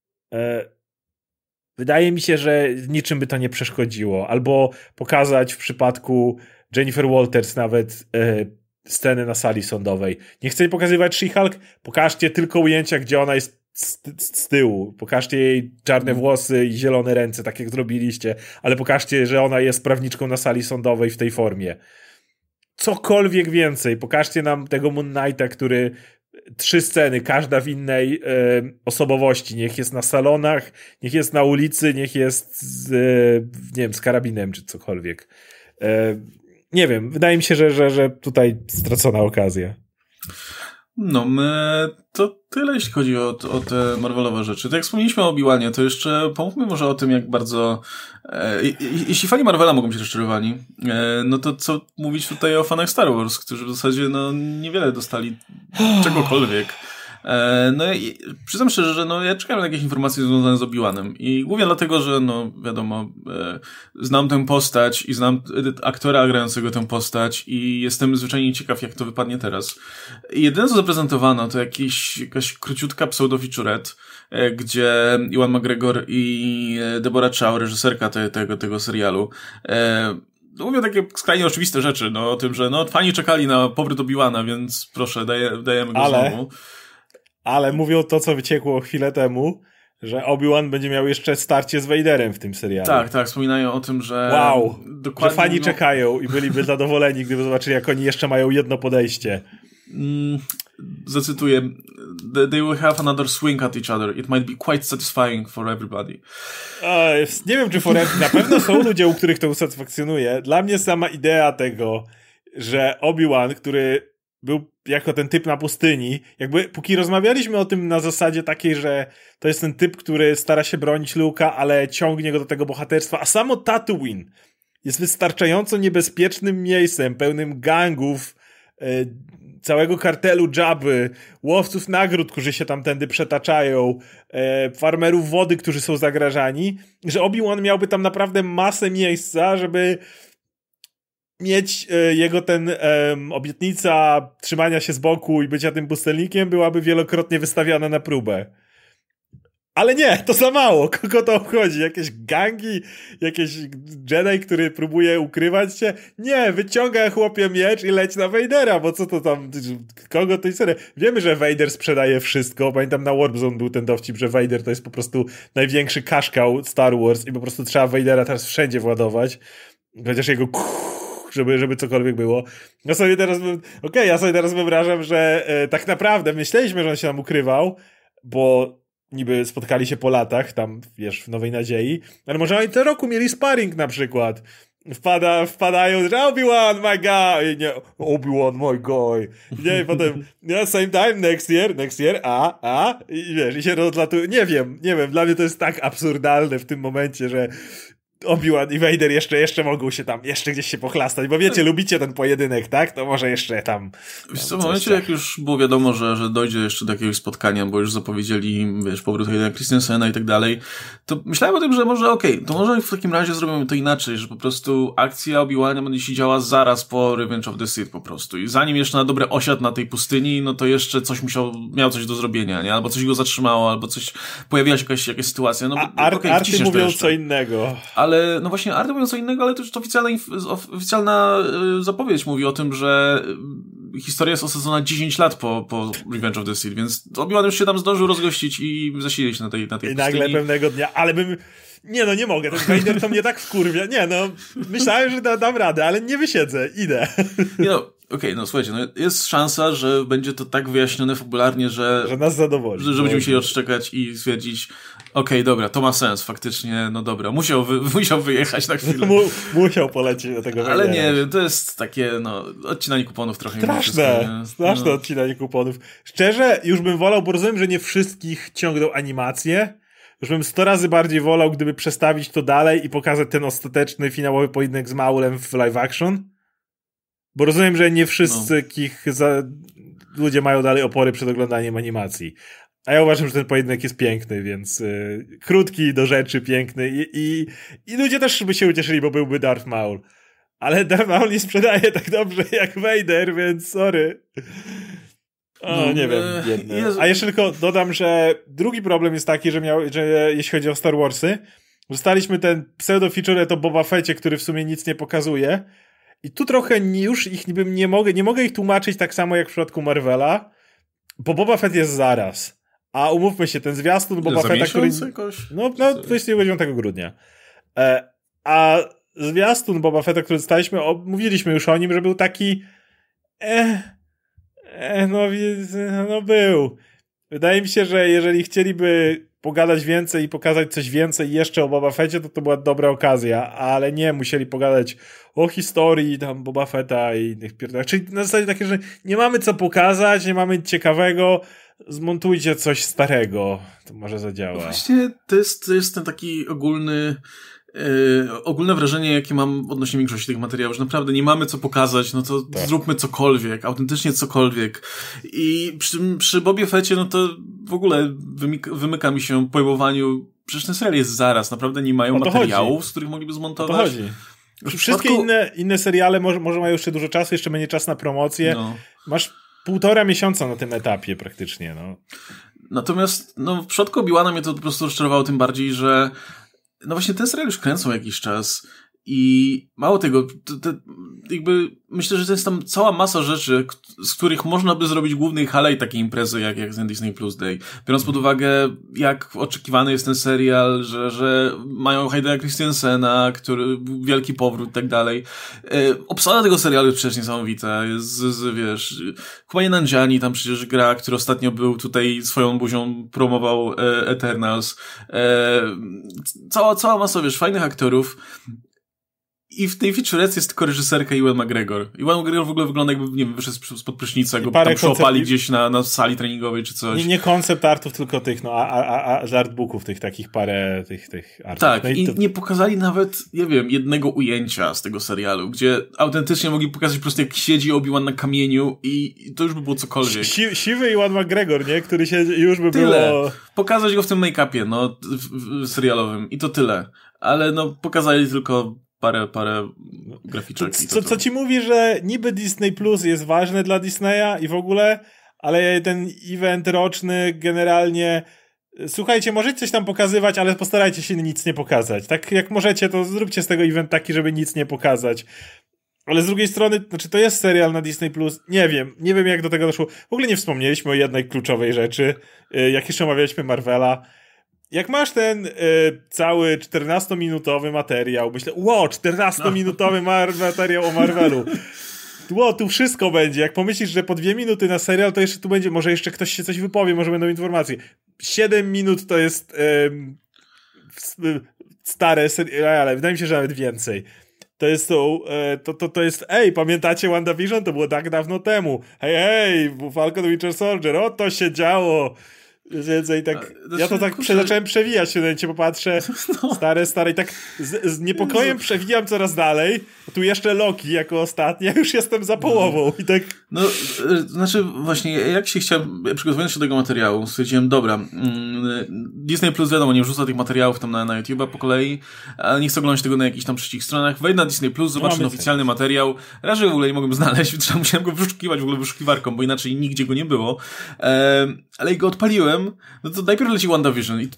Wydaje mi się, że niczym by to nie przeszkodziło. Albo pokazać w przypadku Jennifer Walters nawet scenę na sali sądowej. Nie chcecie pokazywać She-Hulk? Pokażcie tylko ujęcia, gdzie ona jest z tyłu. Pokażcie jej czarne włosy i zielone ręce, tak jak zrobiliście, ale pokażcie, że ona jest prawniczką na sali sądowej w tej formie. Cokolwiek więcej. Pokażcie nam tego Moon Knighta, który 3 sceny, każda w innej osobowości. Niech jest na salonach, niech jest na ulicy, niech jest z karabinem czy cokolwiek. Nie wiem, wydaje mi się, że tutaj stracona okazja. No, to tyle, jeśli chodzi o te Marvelowe rzeczy. Tak jak wspomnieliśmy o Obi-Wanie, to jeszcze pomówmy może o tym, jak bardzo... jeśli fani Marvela mogą być rozczarowani, no to co mówić tutaj o fanach Star Wars, którzy w zasadzie niewiele dostali czegokolwiek. No i przyznam szczerze, że ja czekałem na jakieś informacje związane z Obi-Wanem i głównie dlatego, że wiadomo, znam tę postać i znam aktora grającego tę postać i jestem zwyczajnie ciekaw, jak to wypadnie teraz. I jedyne, co zaprezentowano, to jakaś króciutka pseudo-featurette, gdzie Ewan McGregor i Deborah Chow, reżyserka tego serialu, mówią takie skrajnie oczywiste rzeczy, o tym, że fani czekali na powrót Obi-Wana, więc proszę, dajemy go znowu. Ale mówią to, co wyciekło chwilę temu, że Obi-Wan będzie miał jeszcze starcie z Vaderem w tym serialu. Tak, wspominają o tym, że... Wow, że fani czekają i byliby zadowoleni, gdyby zobaczyli, jak oni jeszcze mają jedno podejście. Zacytuję: They will have another swing at each other. It might be quite satisfying for everybody. Nie wiem, czy na pewno są ludzie, u których to usatysfakcjonuje. Dla mnie sama idea tego, że Obi-Wan, który był jako ten typ na pustyni, jakby póki rozmawialiśmy o tym na zasadzie takiej, że to jest ten typ, który stara się bronić Luke'a, ale ciągnie go do tego bohaterstwa, a samo Tatooine jest wystarczająco niebezpiecznym miejscem, pełnym gangów, całego kartelu Jabby, łowców nagród, którzy się tamtędy przetaczają, farmerów wody, którzy są zagrażani, że Obi-Wan miałby tam naprawdę masę miejsca, żeby mieć jego obietnica trzymania się z boku i bycia tym pustelnikiem byłaby wielokrotnie wystawiana na próbę. Ale nie, to za mało. Kogo to obchodzi? Jakieś gangi? Jakiś Jedi, który próbuje ukrywać się? Nie, wyciąga chłopie miecz i leć na Vadera, bo co to tam... Kogo to jest? Wiemy, że Vader sprzedaje wszystko. Pamiętam, na Warp Zone był ten dowcip, że Vader to jest po prostu największy kaszkał Star Wars i po prostu trzeba Vadera teraz wszędzie władować. Chociaż jego... Żeby cokolwiek było. Ja sobie teraz wyobrażam, że tak naprawdę myśleliśmy, że on się tam ukrywał, bo niby spotkali się po latach, tam, w Nowej Nadziei, ale może oni co roku mieli sparring na przykład. Wpadają, że Obi-Wan, my guy, nie, Obi-Wan, my guy. Nie, i potem, same time, next year, i i się rozlatuje. Nie wiem, dla mnie to jest tak absurdalne w tym momencie, że Obi-Wan i Vader jeszcze mogą się tam, jeszcze gdzieś się pochlastać, bo wiecie, lubicie ten pojedynek, tak? To może jeszcze tam... Wiesz co, w momencie, jak już było wiadomo, że dojdzie jeszcze do jakiegoś spotkania, bo już zapowiedzieli, powrót Haydena Christensena i tak dalej, to myślałem o tym, że może to może w takim razie zrobimy to inaczej, że po prostu akcja Obi-Wana będzie się działa zaraz po Revenge of the Sith po prostu i zanim jeszcze na dobre osiadł na tej pustyni, to jeszcze coś miał coś do zrobienia, nie? Albo coś go zatrzymało, albo coś, pojawiła się jakaś sytuacja. Arty mówią co innego. Ale właśnie Arty mówią co innego, ale to już oficjalna zapowiedź mówi o tym, że historia jest osadzona 10 lat po Revenge of the Sith, więc Obi-Wan już się tam zdążył rozgościć i zasilić na tej pustyni. I nagle pewnego dnia, ale bym... Nie mogę, ten Vader to mnie tak wkurwia. Myślałem, że dam radę, ale nie wysiedzę, idę. Słuchajcie, jest szansa, że będzie to tak wyjaśnione fabularnie, że nas zadowoli. Że będziemy musieli odczekać i stwierdzić, dobra, to ma sens, faktycznie, dobra, musiał wyjechać na chwilę. Musiał polecieć do tego Ale nie wiem, to jest takie, odcinanie kuponów trochę. Straszne odcinanie kuponów. Szczerze, już bym wolał, bo rozumiem, że nie wszystkich ciągną animacje. Już bym 100 razy bardziej wolał, gdyby przestawić to dalej i pokazać ten ostateczny, finałowy pojedynek z Maulem w live action. Bo rozumiem, że nie wszystkich ludzie mają dalej opory przed oglądaniem animacji. A ja uważam, że ten pojedynek jest piękny, więc krótki, do rzeczy, piękny i ludzie też by się ucieszyli, bo byłby Darth Maul. Ale Darth Maul nie sprzedaje tak dobrze jak Vader, więc sorry. Nie wiem. A jeszcze tylko dodam, że drugi problem jest taki, że jeśli chodzi o Star Warsy, dostaliśmy ten pseudo-feature o Boba Fetcie, który w sumie nic nie pokazuje. I tu trochę już ich nie mogę ich tłumaczyć tak samo jak w przypadku Marvela, bo Boba Fett jest zaraz. A umówmy się, ten zwiastun Boba Fetta, który... Jakoś? 29 grudnia. A zwiastun Boba Fetta, który dostaliśmy, mówiliśmy już o nim, że był taki... był. Wydaje mi się, że jeżeli chcieliby pogadać więcej i pokazać coś więcej jeszcze o Boba Fetcie, to była dobra okazja, ale nie, musieli pogadać o historii tam Boba Fetta i innych pierdolach. Czyli na zasadzie takie, że nie mamy co pokazać, nie mamy ciekawego, zmontujcie coś starego, to może zadziała. Właśnie to jest ten taki ogólny ogólne wrażenie, jakie mam odnośnie większości tych materiałów, że naprawdę nie mamy co pokazać, no to zróbmy cokolwiek, autentycznie cokolwiek. I przy Bobie Fetcie, no to w ogóle wymyka mi się pojmowaniu, przecież ten serial jest zaraz, naprawdę nie mają materiałów, z których mogliby zmontować. O to chodzi. Wszystkie inne seriale może mają jeszcze dużo czasu, jeszcze będzie czas na promocję. No. Masz 1,5 miesiąca na tym etapie praktycznie, no. Natomiast, no, w przypadku Obi-Wana mnie to po prostu rozczarowało tym bardziej, że no właśnie ten serial już kręcą jakiś czas i mało tego, jakby myślę, że to jest tam cała masa rzeczy, z których można by zrobić główny highlight takiej imprezy jak ten Disney Plus Day. Biorąc pod uwagę, jak oczekiwany jest ten serial, że mają Haydena Christensena, który wielki powrót i tak dalej. Obsada tego serialu jest przecież niesamowita. Jest, wiesz, Kumail Nanjiani tam przecież gra, który ostatnio był tutaj swoją buzią promował Eternals. Cała masa, wiesz, fajnych aktorów. I w tej featurece jest tylko reżyserka Ewan McGregor. Ewan McGregor w ogóle wygląda jakby, nie wiem, wyszedł spod prysznica, go tam przyłapali gdzieś na sali treningowej czy coś. Nie koncept artów, tylko tych, no, z artbooków, tych takich parę, tych artów. Tak, no i nie pokazali nawet, nie wiem, jednego ujęcia z tego serialu, gdzie autentycznie mogli pokazać po prostu, jak siedzi Obi-Wan na kamieniu i to już by było cokolwiek. Siwy Ewan McGregor, nie? Który się już by tyle. było... Pokazać go w tym make-upie, no, serialowym i to tyle. Ale no, pokazali tylko parę graficzek. Co ci mówi, że niby Disney Plus jest ważne dla Disneya i w ogóle, ale ten event roczny generalnie... Słuchajcie, możecie coś tam pokazywać, ale postarajcie się nic nie pokazać. Tak jak możecie, to zróbcie z tego event taki, żeby nic nie pokazać. Ale z drugiej strony, znaczy to jest serial na Disney Plus, nie wiem jak do tego doszło. W ogóle nie wspomnieliśmy o jednej kluczowej rzeczy, jak jeszcze omawialiśmy Marvela. Jak masz ten cały 14-minutowy materiał, myślę, 14-minutowy materiał o Marvelu. Tu wszystko będzie. Jak pomyślisz, że po 2 minuty na serial, to jeszcze tu będzie, może jeszcze ktoś się coś wypowie, może będą informacje. 7 minut to jest stare seriale, wydaje mi się, że nawet więcej. To jest, pamiętacie WandaVision? To było tak dawno temu. Hej, Falcon Winter Soldier, to się działo. Więcej tak, ja to tak zacząłem przewijać się, na ciebie popatrzę, stare i tak z niepokojem przewijam coraz dalej, tu jeszcze Loki jako ostatni, ja już jestem za połową i tak... No, znaczy właśnie, jak się chciałem, przygotowując się do tego materiału, stwierdziłem, dobra, Disney Plus wiadomo, nie wrzuca tych materiałów tam na YouTube'a po kolei, ale nie chcę oglądać tego na jakichś tam trzecich stronach, wejdę na Disney Plus, zobaczę ten oficjalny materiał, raczej w ogóle nie mogłem znaleźć, trzeba musiałem go wyszukiwać w ogóle wyszukiwarką, bo inaczej nigdzie go nie było, ale jak go odpaliłem, no to najpierw leci WandaVision i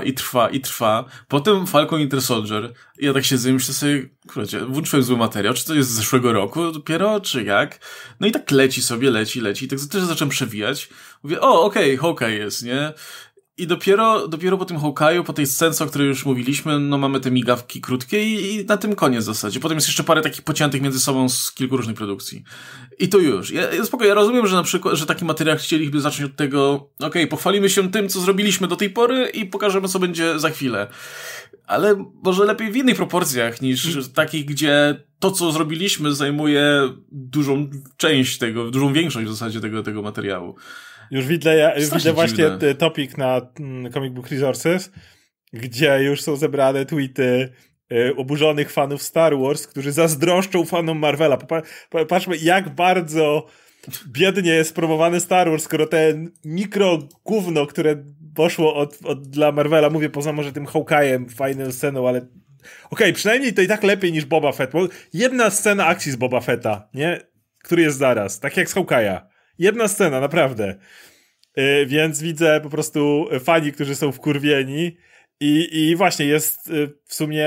trwa. Potem Falcon Winter Soldier. I ja tak siedzę i myślę sobie, kurczę, włączyłem zły materiał, czy to jest z zeszłego roku dopiero, czy jak? No i tak leci. I tak też zacząłem przewijać. Mówię, okej, Hawkeye jest, nie? I dopiero po tym Hawkeye'u, po tej scence, o której już mówiliśmy, no mamy te migawki krótkie i na tym koniec w zasadzie. Potem jest jeszcze parę takich pociętych między sobą z kilku różnych produkcji. I to już. Ja rozumiem, że na przykład, że taki materiał chcieliby zacząć od tego, pochwalimy się tym, co zrobiliśmy do tej pory i pokażemy, co będzie za chwilę. Ale może lepiej w innych proporcjach niż takich, gdzie to, co zrobiliśmy, zajmuje dużą część tego, dużą większość w zasadzie tego materiału. Już widzę właśnie topik na Comic Book Resources, gdzie już są zebrane tweety oburzonych fanów Star Wars, którzy zazdroszczą fanom Marvela. Patrzmy, jak bardzo biednie jest promowany Star Wars, skoro ten gówno, które poszło dla Marvela, mówię poza może tym Hawkeye'em, fajną sceną, ale przynajmniej to i tak lepiej niż Boba Fett. Bo jedna scena akcji z Boba Fetta, nie? Który jest zaraz, tak jak z Hawkeye'a. Jedna scena, naprawdę. Więc widzę po prostu fani, którzy są wkurwieni i właśnie jest w sumie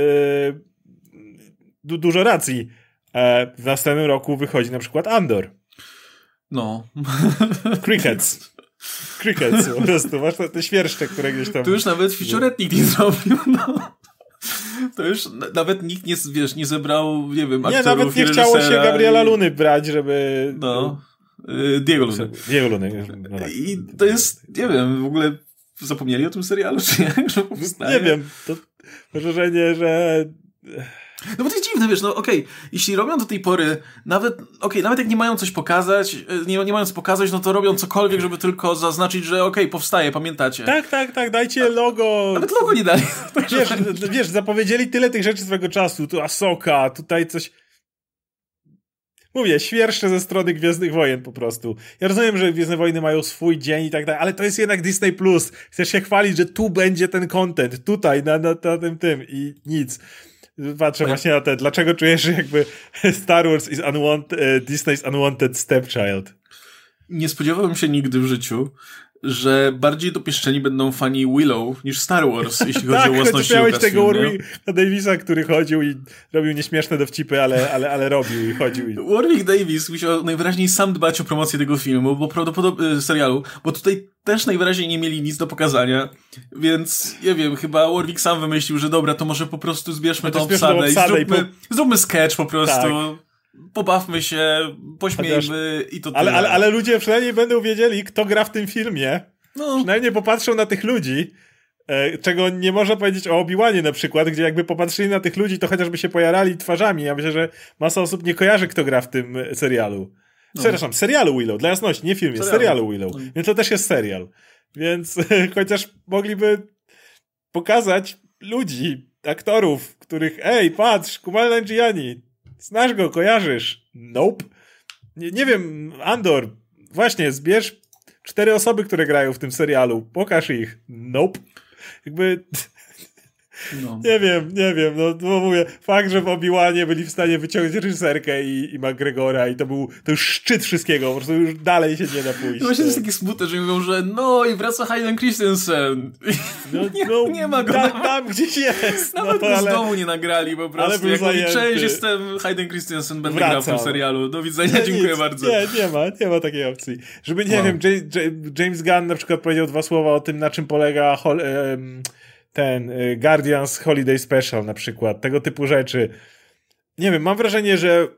dużo racji. W następnym roku wychodzi na przykład Andor. No. Crickets po prostu. Masz te świerszcze, które gdzieś tam... Tu już nawet featurette nikt nie zrobił, no. To już nawet nikt nie zebrał, nie wiem, aktorów. Nie, nawet nie chciało się Gabriela Luny brać, żeby... No. Diego Luny. No tak. I to jest, nie wiem, w ogóle zapomnieli o tym serialu, czy jak? Nie wiem, to wrażenie, że No bo to jest dziwne, wiesz, no okej, jeśli robią do tej pory, nawet jak nie mają coś pokazać, nie mają co pokazać, no to robią cokolwiek, żeby tylko zaznaczyć, że powstaje, pamiętacie. Tak, dajcie logo. Nawet logo nie dali. Wiesz, zapowiedzieli tyle tych rzeczy swego czasu, tu Ahsoka, tutaj coś... Mówię, świerszcze ze strony Gwiezdnych Wojen po prostu. Ja rozumiem, że Gwiezdne Wojny mają swój dzień i tak dalej, ale to jest jednak Disney+. Chcesz się chwalić, że tu będzie ten content, tutaj, na tym i nic. Patrzę właśnie na dlaczego czujesz, że jakby Star Wars is Disney's unwanted stepchild? Nie spodziewałem się nigdy w życiu, że bardziej dopieszczeni będą fani Willow niż Star Wars, jeśli chodzi o własności miałeś tego Warwicka Davisa, który chodził i robił nieśmieszne dowcipy, ale robił i chodził. Warwick Davis musiał najwyraźniej sam dbać o promocję tego filmu, bo prawdopodobnie serialu, bo tutaj też najwyraźniej nie mieli nic do pokazania, więc nie wiem, chyba Warwick sam wymyślił, że dobra, to może po prostu zbierzmy tą obsadę i zróbmy sketch po prostu. Tak. Pobawmy się, pośmiejmy i to tyle. Ale ludzie przynajmniej będą wiedzieli, kto gra w tym filmie. No. Przynajmniej popatrzą na tych ludzi, czego nie można powiedzieć o Obi-Wanie na przykład, gdzie jakby popatrzyli na tych ludzi, to chociażby się pojarali twarzami. Ja myślę, że masa osób nie kojarzy, kto gra w tym serialu. Przepraszam, serialu Willow, dla jasności, nie filmie, serialu Willow. Więc to też jest serial. Więc chociaż mogliby pokazać ludzi, aktorów, których patrz, Kumail Nanjiani, znasz go, kojarzysz? Nope. Nie wiem, Andor, właśnie, zbierz 4 osoby, które grają w tym serialu. Pokaż ich. Nope. Jakby... No. Nie wiem, no mówię, fakt, że w Obi-Wanie byli w stanie wyciągnąć reżyserkę i McGregora i to już szczyt wszystkiego, po prostu już dalej się nie da pójść. No właśnie to jest takie smutne, że mówią, że i wraca Hayden Christensen. Nie ma go. Tam gdzieś jest. Nawet z domu nie nagrali po prostu. Ale był zajęty. Cześć, jestem Hayden Christensen, będę grał w tym serialu. Do widzenia, dziękuję bardzo. Nie ma takiej opcji. Żeby, nie wiem, James Gunn na przykład powiedział 2 słowa o tym, na czym polega ten Guardians Holiday Special na przykład, tego typu rzeczy. Nie wiem, mam wrażenie, że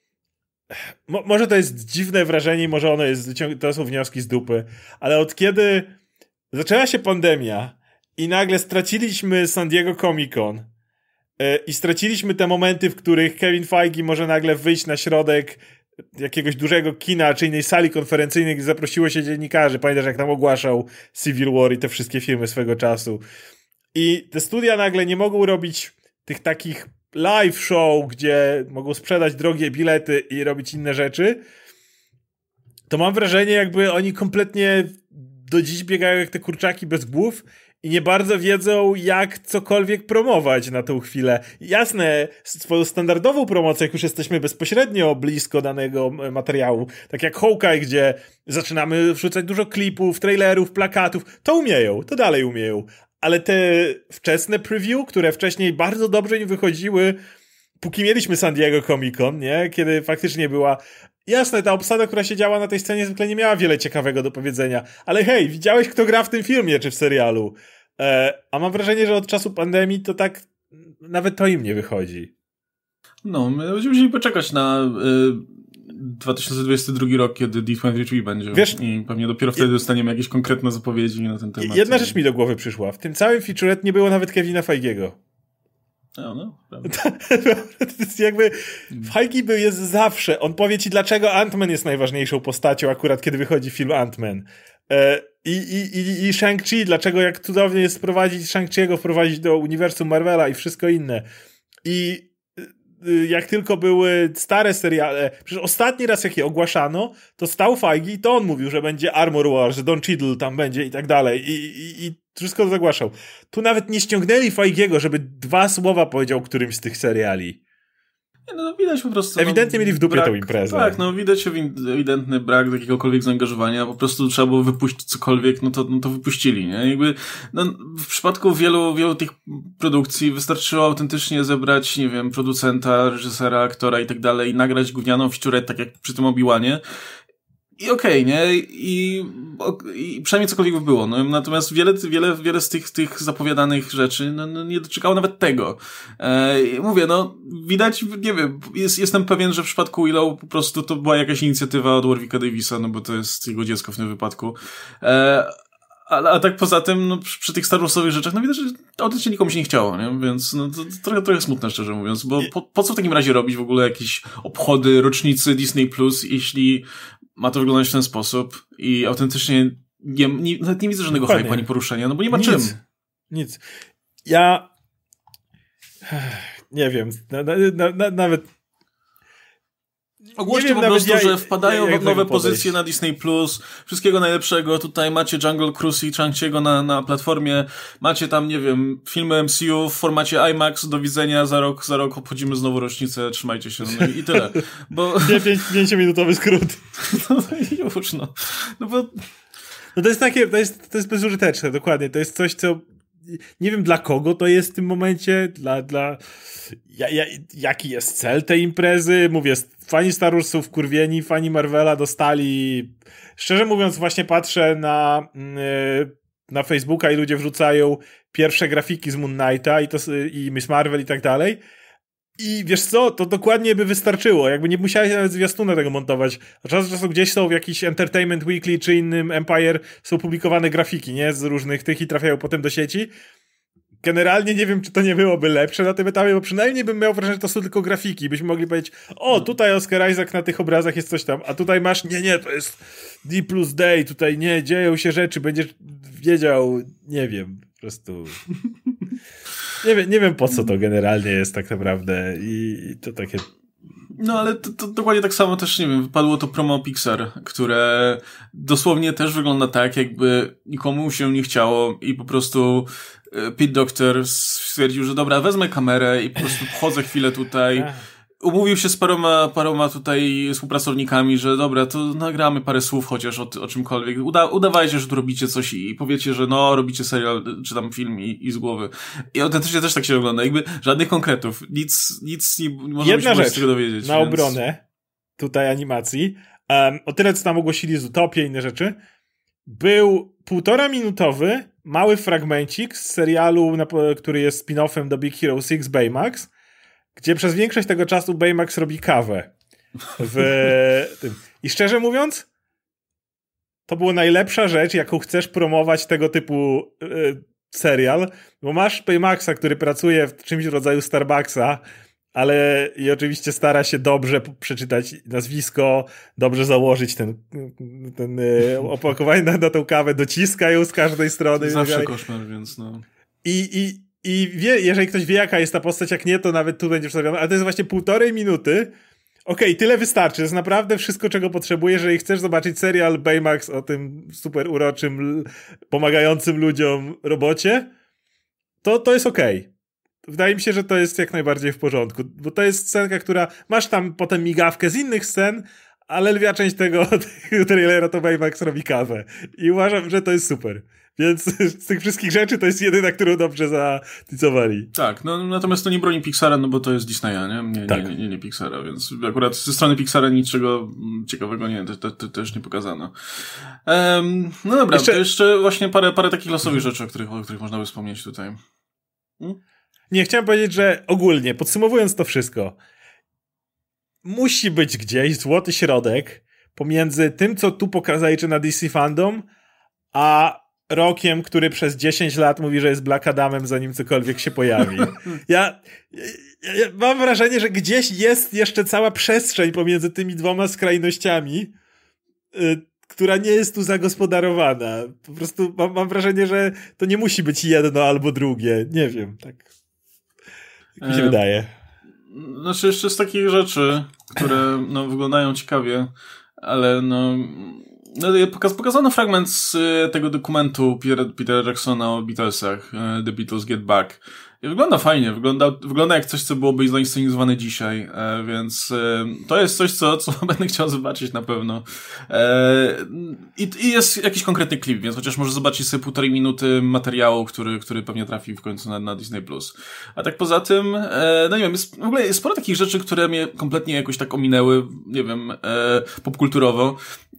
może to jest dziwne wrażenie, może to są wnioski z dupy, ale od kiedy zaczęła się pandemia i nagle straciliśmy San Diego Comic Con i straciliśmy te momenty, w których Kevin Feige może nagle wyjść na środek jakiegoś dużego kina, czy innej sali konferencyjnej, gdzie zaprosiło się dziennikarzy. Pamiętasz, jak tam ogłaszał Civil War i te wszystkie filmy swego czasu. I te studia nagle nie mogą robić tych takich live show, gdzie mogą sprzedać drogie bilety i robić inne rzeczy. To mam wrażenie, jakby oni kompletnie do dziś biegają jak te kurczaki bez głów i nie bardzo wiedzą, jak cokolwiek promować na tą chwilę. Jasne, swoją standardową promocję, jak już jesteśmy bezpośrednio blisko danego materiału, tak jak Hawkeye, gdzie zaczynamy wrzucać dużo klipów, trailerów, plakatów, to umieją, to dalej umieją. Ale te wczesne preview, które wcześniej bardzo dobrze im wychodziły, póki mieliśmy San Diego Comic Con, nie? Kiedy faktycznie była... Jasne, ta obsada, która siedziała na tej scenie, zwykle nie miała wiele ciekawego do powiedzenia. Ale hej, widziałeś, kto gra w tym filmie czy w serialu? A mam wrażenie, że od czasu pandemii to tak nawet to im nie wychodzi. No, my będziemy musieli poczekać na 2022 rok, kiedy D23 będzie. Wiesz, i pewnie dopiero wtedy dostaniemy jakieś konkretne zapowiedzi na ten temat. Jedna rzecz mi do głowy przyszła. W tym całym featurette nie było nawet Kevina Feigiego. To jest jakby Feige jest zawsze. On powie ci, dlaczego Ant-Man jest najważniejszą postacią akurat, kiedy wychodzi film Ant-Man. I Shang-Chi, dlaczego jak cudownie jest wprowadzić do uniwersum Marvela i wszystko inne. I jak tylko były stare seriale, przecież ostatni raz jak je ogłaszano, to stał Feige i to on mówił, że będzie Armor Wars, że Don Cheadle tam będzie i tak dalej. I wszystko to zagłaszał. Tu nawet nie ściągnęli Feigiego, żeby 2 słowa powiedział którymś z tych seriali. No widać po prostu... Ewidentnie mieli w dupie tą imprezę. Tak, widać ewidentny brak jakiegokolwiek zaangażowania, po prostu trzeba było wypuścić cokolwiek, no to wypuścili, nie? Jakby, w przypadku wielu tych produkcji wystarczyło autentycznie zebrać, nie wiem, producenta, reżysera, aktora i tak dalej, i nagrać gównianą featurette, tak jak przy tym Obi-Wanie. I okej, nie? I przynajmniej cokolwiek by było. No, natomiast wiele z tych zapowiadanych rzeczy nie doczekało nawet tego. Mówię, widać, nie wiem, jestem pewien, że w przypadku Willow po prostu to była jakaś inicjatywa od Warwicka Davisa, bo to jest jego dziecko w tym wypadku. A tak poza tym, no, przy tych Star Warsowych rzeczach, no widać, że autentycznie nikomu się nie chciało, nie? Więc no, to trochę smutne, szczerze mówiąc, bo po co w takim razie robić w ogóle jakieś obchody, rocznicy Disney Plus, jeśli ma to wyglądać w ten sposób i autentycznie nawet nie widzę żadnego hype'u ani poruszenia, no bo nie ma czym. Nic. Ja nie wiem, nawet ogłoście po prostu, że wpadają w nowe pozycje na Disney+, wszystkiego najlepszego, tutaj macie Jungle Cruise i Shang-Chi'ego na platformie, macie tam, nie wiem, filmy MCU w formacie IMAX, do widzenia, za rok obchodzimy znowu rocznicę, trzymajcie się, no i tyle. Bo... 5-minutowy skrót. No i już, no. No bo... No to jest takie, to jest bezużyteczne, dokładnie, to jest coś, co nie wiem dla kogo to jest w tym momencie, jaki jest cel tej imprezy, mówię, fani Star Wars są wkurwieni, fani Marvela dostali, szczerze mówiąc właśnie patrzę na Facebooka i ludzie wrzucają pierwsze grafiki z Moon Knighta i Miss Marvel i tak dalej. I wiesz co, to dokładnie by wystarczyło, jakby nie musiałeś nawet zwiastuna tego montować. A czas do czasu gdzieś są w jakiś Entertainment Weekly czy innym Empire są publikowane grafiki, nie? Z różnych tych i trafiają potem do sieci. Generalnie nie wiem, czy to nie byłoby lepsze na tym etapie, bo przynajmniej bym miał wrażenie, że to są tylko grafiki. Byśmy mogli powiedzieć, o, tutaj Oscar Isaac na tych obrazach jest coś tam, a tutaj masz, nie, to jest D+D, tutaj nie, dzieją się rzeczy, będziesz wiedział, nie wiem, po prostu... Nie wiem po co to generalnie jest tak naprawdę i to takie... No ale to dokładnie tak samo też, nie wiem, wypadło to promo Pixar, które dosłownie też wygląda tak, jakby nikomu się nie chciało i po prostu Pete Docter stwierdził, że dobra, wezmę kamerę i po prostu chodzę chwilę tutaj. Umówił się z paroma tutaj współpracownikami, że dobra, to nagramy parę słów chociaż o czymkolwiek. Udawajcie, że tu robicie coś i powiecie, że no, robicie serial, czy tam film i z głowy. I autentycznie też tak się ogląda. Jakby żadnych konkretów. Nic nie można się z tego dowiedzieć. Na obronę tutaj animacji. O tyle, co tam ogłosili z Utopii i inne rzeczy. Był 1,5-minutowy mały fragmencik z serialu, który jest spin-offem do Big Hero 6 Baymax, gdzie przez większość tego czasu Baymax robi kawę w tym. I szczerze mówiąc, to była najlepsza rzecz, jaką chcesz promować tego typu serial, bo masz Baymaxa, który pracuje w czymś w rodzaju Starbucksa, ale i oczywiście stara się dobrze przeczytać nazwisko, dobrze założyć ten opakowanie na tą kawę, dociska ją z każdej strony. Zawsze koszmar, więc no. I wie, jeżeli ktoś wie, jaka jest ta postać, jak nie, to nawet tu będzie przedstawione, ale to jest właśnie 1,5 minuty. Okej, tyle wystarczy. To jest naprawdę wszystko, czego potrzebujesz, jeżeli chcesz zobaczyć serial Baymax o tym super uroczym, pomagającym ludziom robocie, to jest okej. Wydaje mi się, że to jest jak najbardziej w porządku, bo to jest scenka, która... Masz tam potem migawkę z innych scen, ale lwia część tego trailera to Baymax robi kawę. I uważam, że to jest super. Więc z tych wszystkich rzeczy to jest jedyna, którą dobrze zatycowali. Tak, no natomiast to nie broni Pixara, no bo to jest Disneya, nie? Nie Pixara, więc akurat ze strony Pixara niczego ciekawego to też nie pokazano. No dobra, to jeszcze właśnie parę takich losowych rzeczy, o których można by wspomnieć tutaj. Nie, chciałem powiedzieć, że ogólnie, podsumowując to wszystko, musi być gdzieś złoty środek pomiędzy tym, co tu pokazali czy na DC Fandom, a Rockiem, który przez 10 lat mówi, że jest Black Adamem, zanim cokolwiek się pojawi. Ja mam wrażenie, że gdzieś jest jeszcze cała przestrzeń pomiędzy tymi dwoma skrajnościami, która nie jest tu zagospodarowana. Po prostu mam wrażenie, że to nie musi być jedno albo drugie. Nie wiem, tak mi się wydaje. Znaczy jeszcze z takich rzeczy, które no, wyglądają ciekawie, ale no pokazano fragment z tego dokumentu Petera Jacksona o Beatlesach, The Beatles Get Back. I wygląda fajnie, wygląda jak coś, co byłoby zainscenizowane dzisiaj, więc to jest coś, co będę chciał zobaczyć na pewno. I jest jakiś konkretny klip, więc chociaż może zobaczyć sobie 1,5 minuty materiału, który pewnie trafi w końcu na Disney+. A tak poza tym, no nie wiem, w ogóle jest sporo takich rzeczy, które mnie kompletnie jakoś tak ominęły, nie wiem, popkulturowo.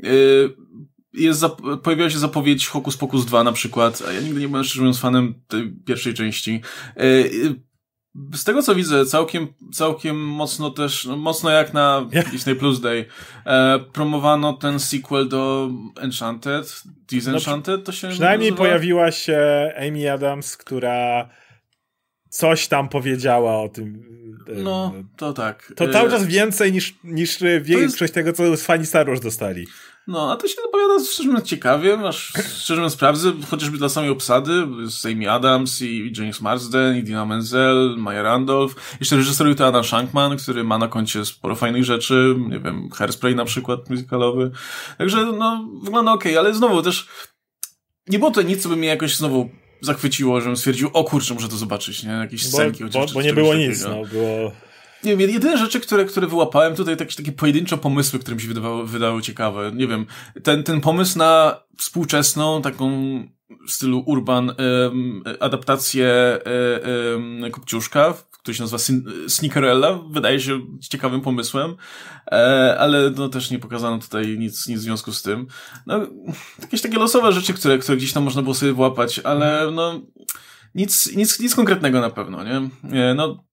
Pojawiła się zapowiedź Hocus Pocus 2 na przykład, a ja nigdy nie byłem szczerze mówiąc fanem tej pierwszej części. Z tego co widzę, całkiem mocno też, mocno jak na Disney Plus Day, promowano ten sequel do Enchanted, Disenchanted to się przynajmniej nazywa? pojawiła się Amy Adams, która coś tam powiedziała o tym. No, to tak. To cały czas więcej niż większość tego, co fani Star Wars dostali. No, a to się zapowiada szczerze mówiąc ciekawie, szczerze mówiąc sprawdzę, chociażby dla samej obsady, z Amy Adams i James Marsden, i Dina Menzel, Maya Randolph, jeszcze reżyseruje to Adam Shankman, który ma na koncie sporo fajnych rzeczy, nie wiem, Hairspray na przykład, musicalowy, także no, wygląda okej, ale znowu też nie było to nic, co by mnie jakoś znowu zachwyciło, żebym stwierdził, o kurczę, muszę to zobaczyć, nie, jakieś scenki chociaż. Bo nie było nic, no, było... Nie wiem, jedyne rzeczy, które wyłapałem tutaj, takie pojedyncze pomysły, które mi się wydały ciekawe. Nie wiem, ten pomysł na współczesną, taką w stylu urban, adaptację Kopciuszka, który się nazywa Sneakerella, wydaje się ciekawym pomysłem, ale no też nie pokazano tutaj nic w związku z tym. No, jakieś takie losowe rzeczy, które gdzieś tam można było sobie włapać, ale no, nic konkretnego na pewno, nie? No,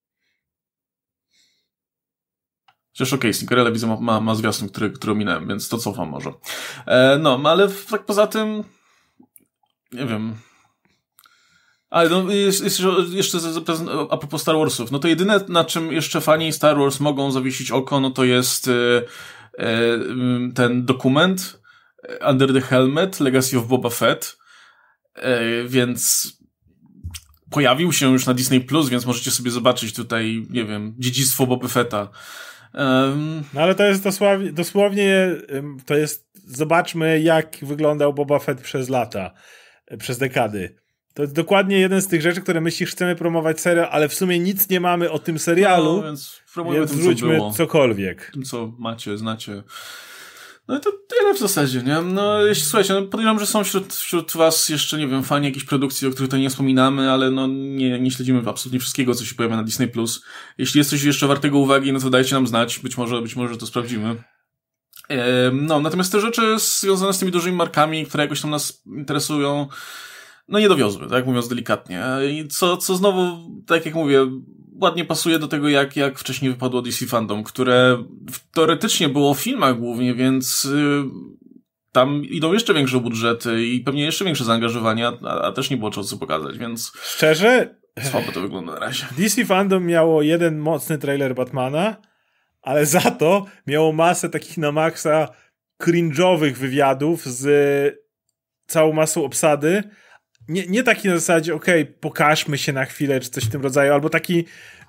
chociaż okej, Sneakerella widzę ma zwiastun, który ominąłem, więc to cofam może. No, ale tak poza tym nie wiem. Ale no, jeszcze a propos Star Warsów, no to jedyne, na czym jeszcze fani Star Wars mogą zawiesić oko, no to jest ten dokument Under the Helmet, Legacy of Boba Fett, więc pojawił się już na Disney Plus, więc możecie sobie zobaczyć tutaj, nie wiem, dziedzictwo Boba Fetta. No ale to jest dosłownie to jest, zobaczmy jak wyglądał Boba Fett przez lata, przez dekady. To jest dokładnie jeden z tych rzeczy, które myślisz, chcemy promować serial, ale w sumie nic nie mamy o tym serialu, no, więc wróćmy cokolwiek. Tym, co macie, znacie. No i to tyle w zasadzie, nie? No, słuchajcie, no, podejrzewam, że są wśród was jeszcze, nie wiem, fani jakichś produkcji, o których tutaj nie wspominamy, ale no, nie śledzimy absolutnie wszystkiego, co się pojawia na Disney+. Jeśli jest coś jeszcze wartego uwagi, no to dajcie nam znać, być może to sprawdzimy. No, natomiast te rzeczy związane z tymi dużymi markami, które jakoś tam nas interesują, no nie dowiozły, tak mówiąc delikatnie. I co znowu, tak jak mówię, ładnie pasuje do tego, jak wcześniej wypadło DC Fandom, które teoretycznie było w filmach głównie, więc tam idą jeszcze większe budżety i pewnie jeszcze większe zaangażowania, a też nie było co pokazać, więc... Szczerze? Słabo to wygląda na razie. DC Fandom miało jeden mocny trailer Batmana, ale za to miało masę takich na maksa cringe'owych wywiadów z całą masą obsady. Nie taki na zasadzie, okej, pokażmy się na chwilę, czy coś w tym rodzaju, albo taki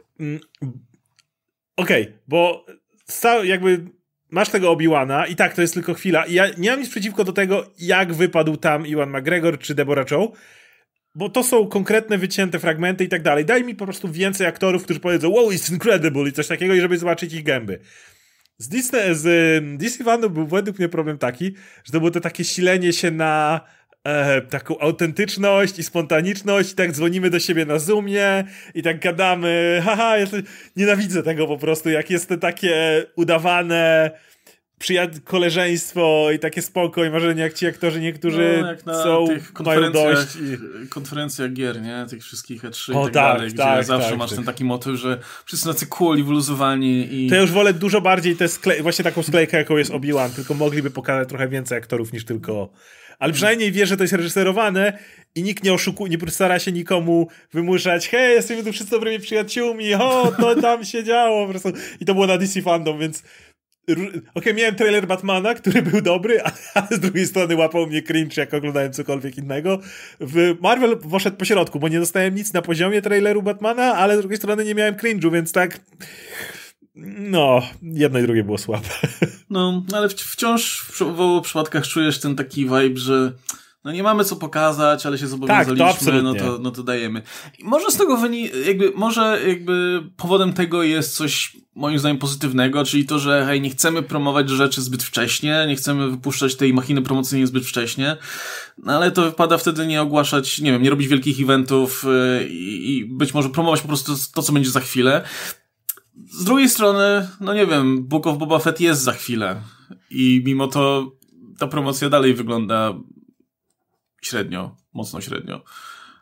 bo jakby masz tego Obi-Wana i tak, to jest tylko chwila i ja nie mam nic przeciwko do tego, jak wypadł tam Ewan McGregor czy Deborah Chow, bo to są konkretne, wycięte fragmenty i tak dalej. Daj mi po prostu więcej aktorów, którzy powiedzą, wow, it's incredible i coś takiego, i żeby zobaczyć ich gęby. Z DC Fandom był według mnie problem taki, że to było to takie silenie się na taką autentyczność i spontaniczność i tak dzwonimy do siebie na Zoomie i tak gadamy, nienawidzę tego po prostu, jak jest to takie udawane koleżeństwo i takie spoko i marzenie, jak ci aktorzy niektórzy mają dość. Konferencjach gier, nie? Tych wszystkich E3 i tak dalej, gdzie zawsze masz ten taki motyw, że wszyscy tacy cool i wyluzowani. I... To ja już wolę dużo bardziej właśnie taką sklejkę, jaką jest Obi-Wan, tylko mogliby pokazać trochę więcej aktorów niż tylko... Ale przynajmniej wie, że to jest reżyserowane i nikt nie oszukuje, nie stara się nikomu wymuszać, hej, jesteśmy tu wszyscy dobrymi przyjaciółmi, to tam się działo po prostu. I to było na DC Fandom, więc miałem trailer Batmana, który był dobry, ale z drugiej strony łapał mnie cringe, jak oglądałem cokolwiek innego. W Marvel poszedł po środku, bo nie dostałem nic na poziomie traileru Batmana, ale z drugiej strony nie miałem cringe'u, więc tak... No, jedno i drugie było słabe. No, ale wciąż w obu przypadkach czujesz ten taki vibe, że no nie mamy co pokazać, ale się zobowiązaliśmy, no to dajemy. I może z tego może powodem tego jest coś moim zdaniem pozytywnego, czyli to, że hej, nie chcemy promować rzeczy zbyt wcześnie, nie chcemy wypuszczać tej machiny promocyjnej zbyt wcześnie, no ale to wypada wtedy nie ogłaszać, nie wiem, nie robić wielkich eventów i być może promować po prostu to, co będzie za chwilę. Z drugiej strony, no nie wiem, Book of Boba Fett jest za chwilę i mimo to ta promocja dalej wygląda średnio, mocno średnio.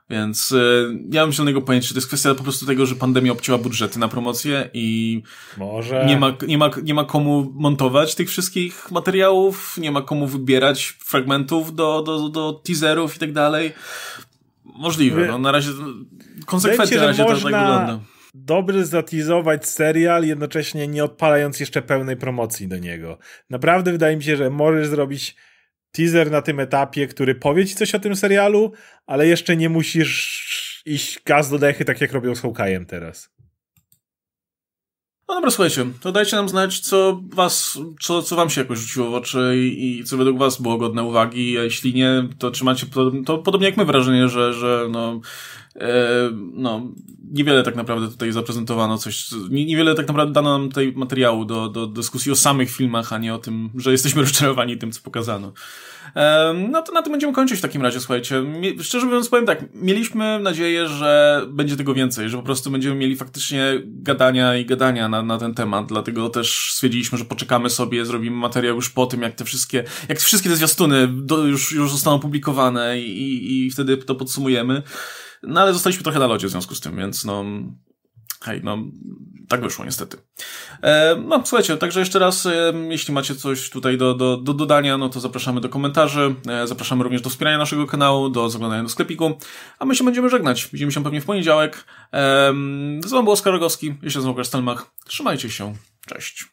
Więc ja mam zielonego pojęcia, czy to jest kwestia po prostu tego, że pandemia obcięła budżety na promocję i może nie ma komu montować tych wszystkich materiałów, nie ma komu wybierać fragmentów do teaserów i tak dalej. Możliwe, no na razie konsekwentnie na razie to tak wygląda. Dobrze zatizować serial, jednocześnie nie odpalając jeszcze pełnej promocji do niego. Naprawdę wydaje mi się, że możesz zrobić teaser na tym etapie, który powie ci coś o tym serialu, ale jeszcze nie musisz iść gaz do dechy, tak jak robią z Hawkeye'em teraz. No dobra, słuchajcie, to dajcie nam znać, co wam się jakoś rzuciło w oczy i co według was było godne uwagi, a jeśli nie, to czy macie to podobnie jak my wrażenie, że niewiele tak naprawdę tutaj zaprezentowano niewiele tak naprawdę dano nam tutaj materiału do dyskusji o samych filmach, a nie o tym, że jesteśmy rozczarowani tym, co pokazano. No to na tym będziemy kończyć w takim razie, słuchajcie. Szczerze mówiąc powiem tak, mieliśmy nadzieję, że będzie tego więcej, że po prostu będziemy mieli faktycznie gadania na ten temat, dlatego też stwierdziliśmy, że poczekamy sobie, zrobimy materiał już po tym, jak te wszystkie te zwiastuny już zostaną opublikowane i wtedy to podsumujemy. No ale zostaliśmy trochę na lodzie w związku z tym, więc tak wyszło niestety. No słuchajcie, także jeszcze raz, jeśli macie coś tutaj do dodania, no to zapraszamy do komentarzy, zapraszamy również do wspierania naszego kanału, do zaglądania do sklepiku, a my się będziemy żegnać. Widzimy się pewnie w poniedziałek. Z wami był Oskar Rogowski, ja się nazywam Łukasz Stelmach. Trzymajcie się, cześć.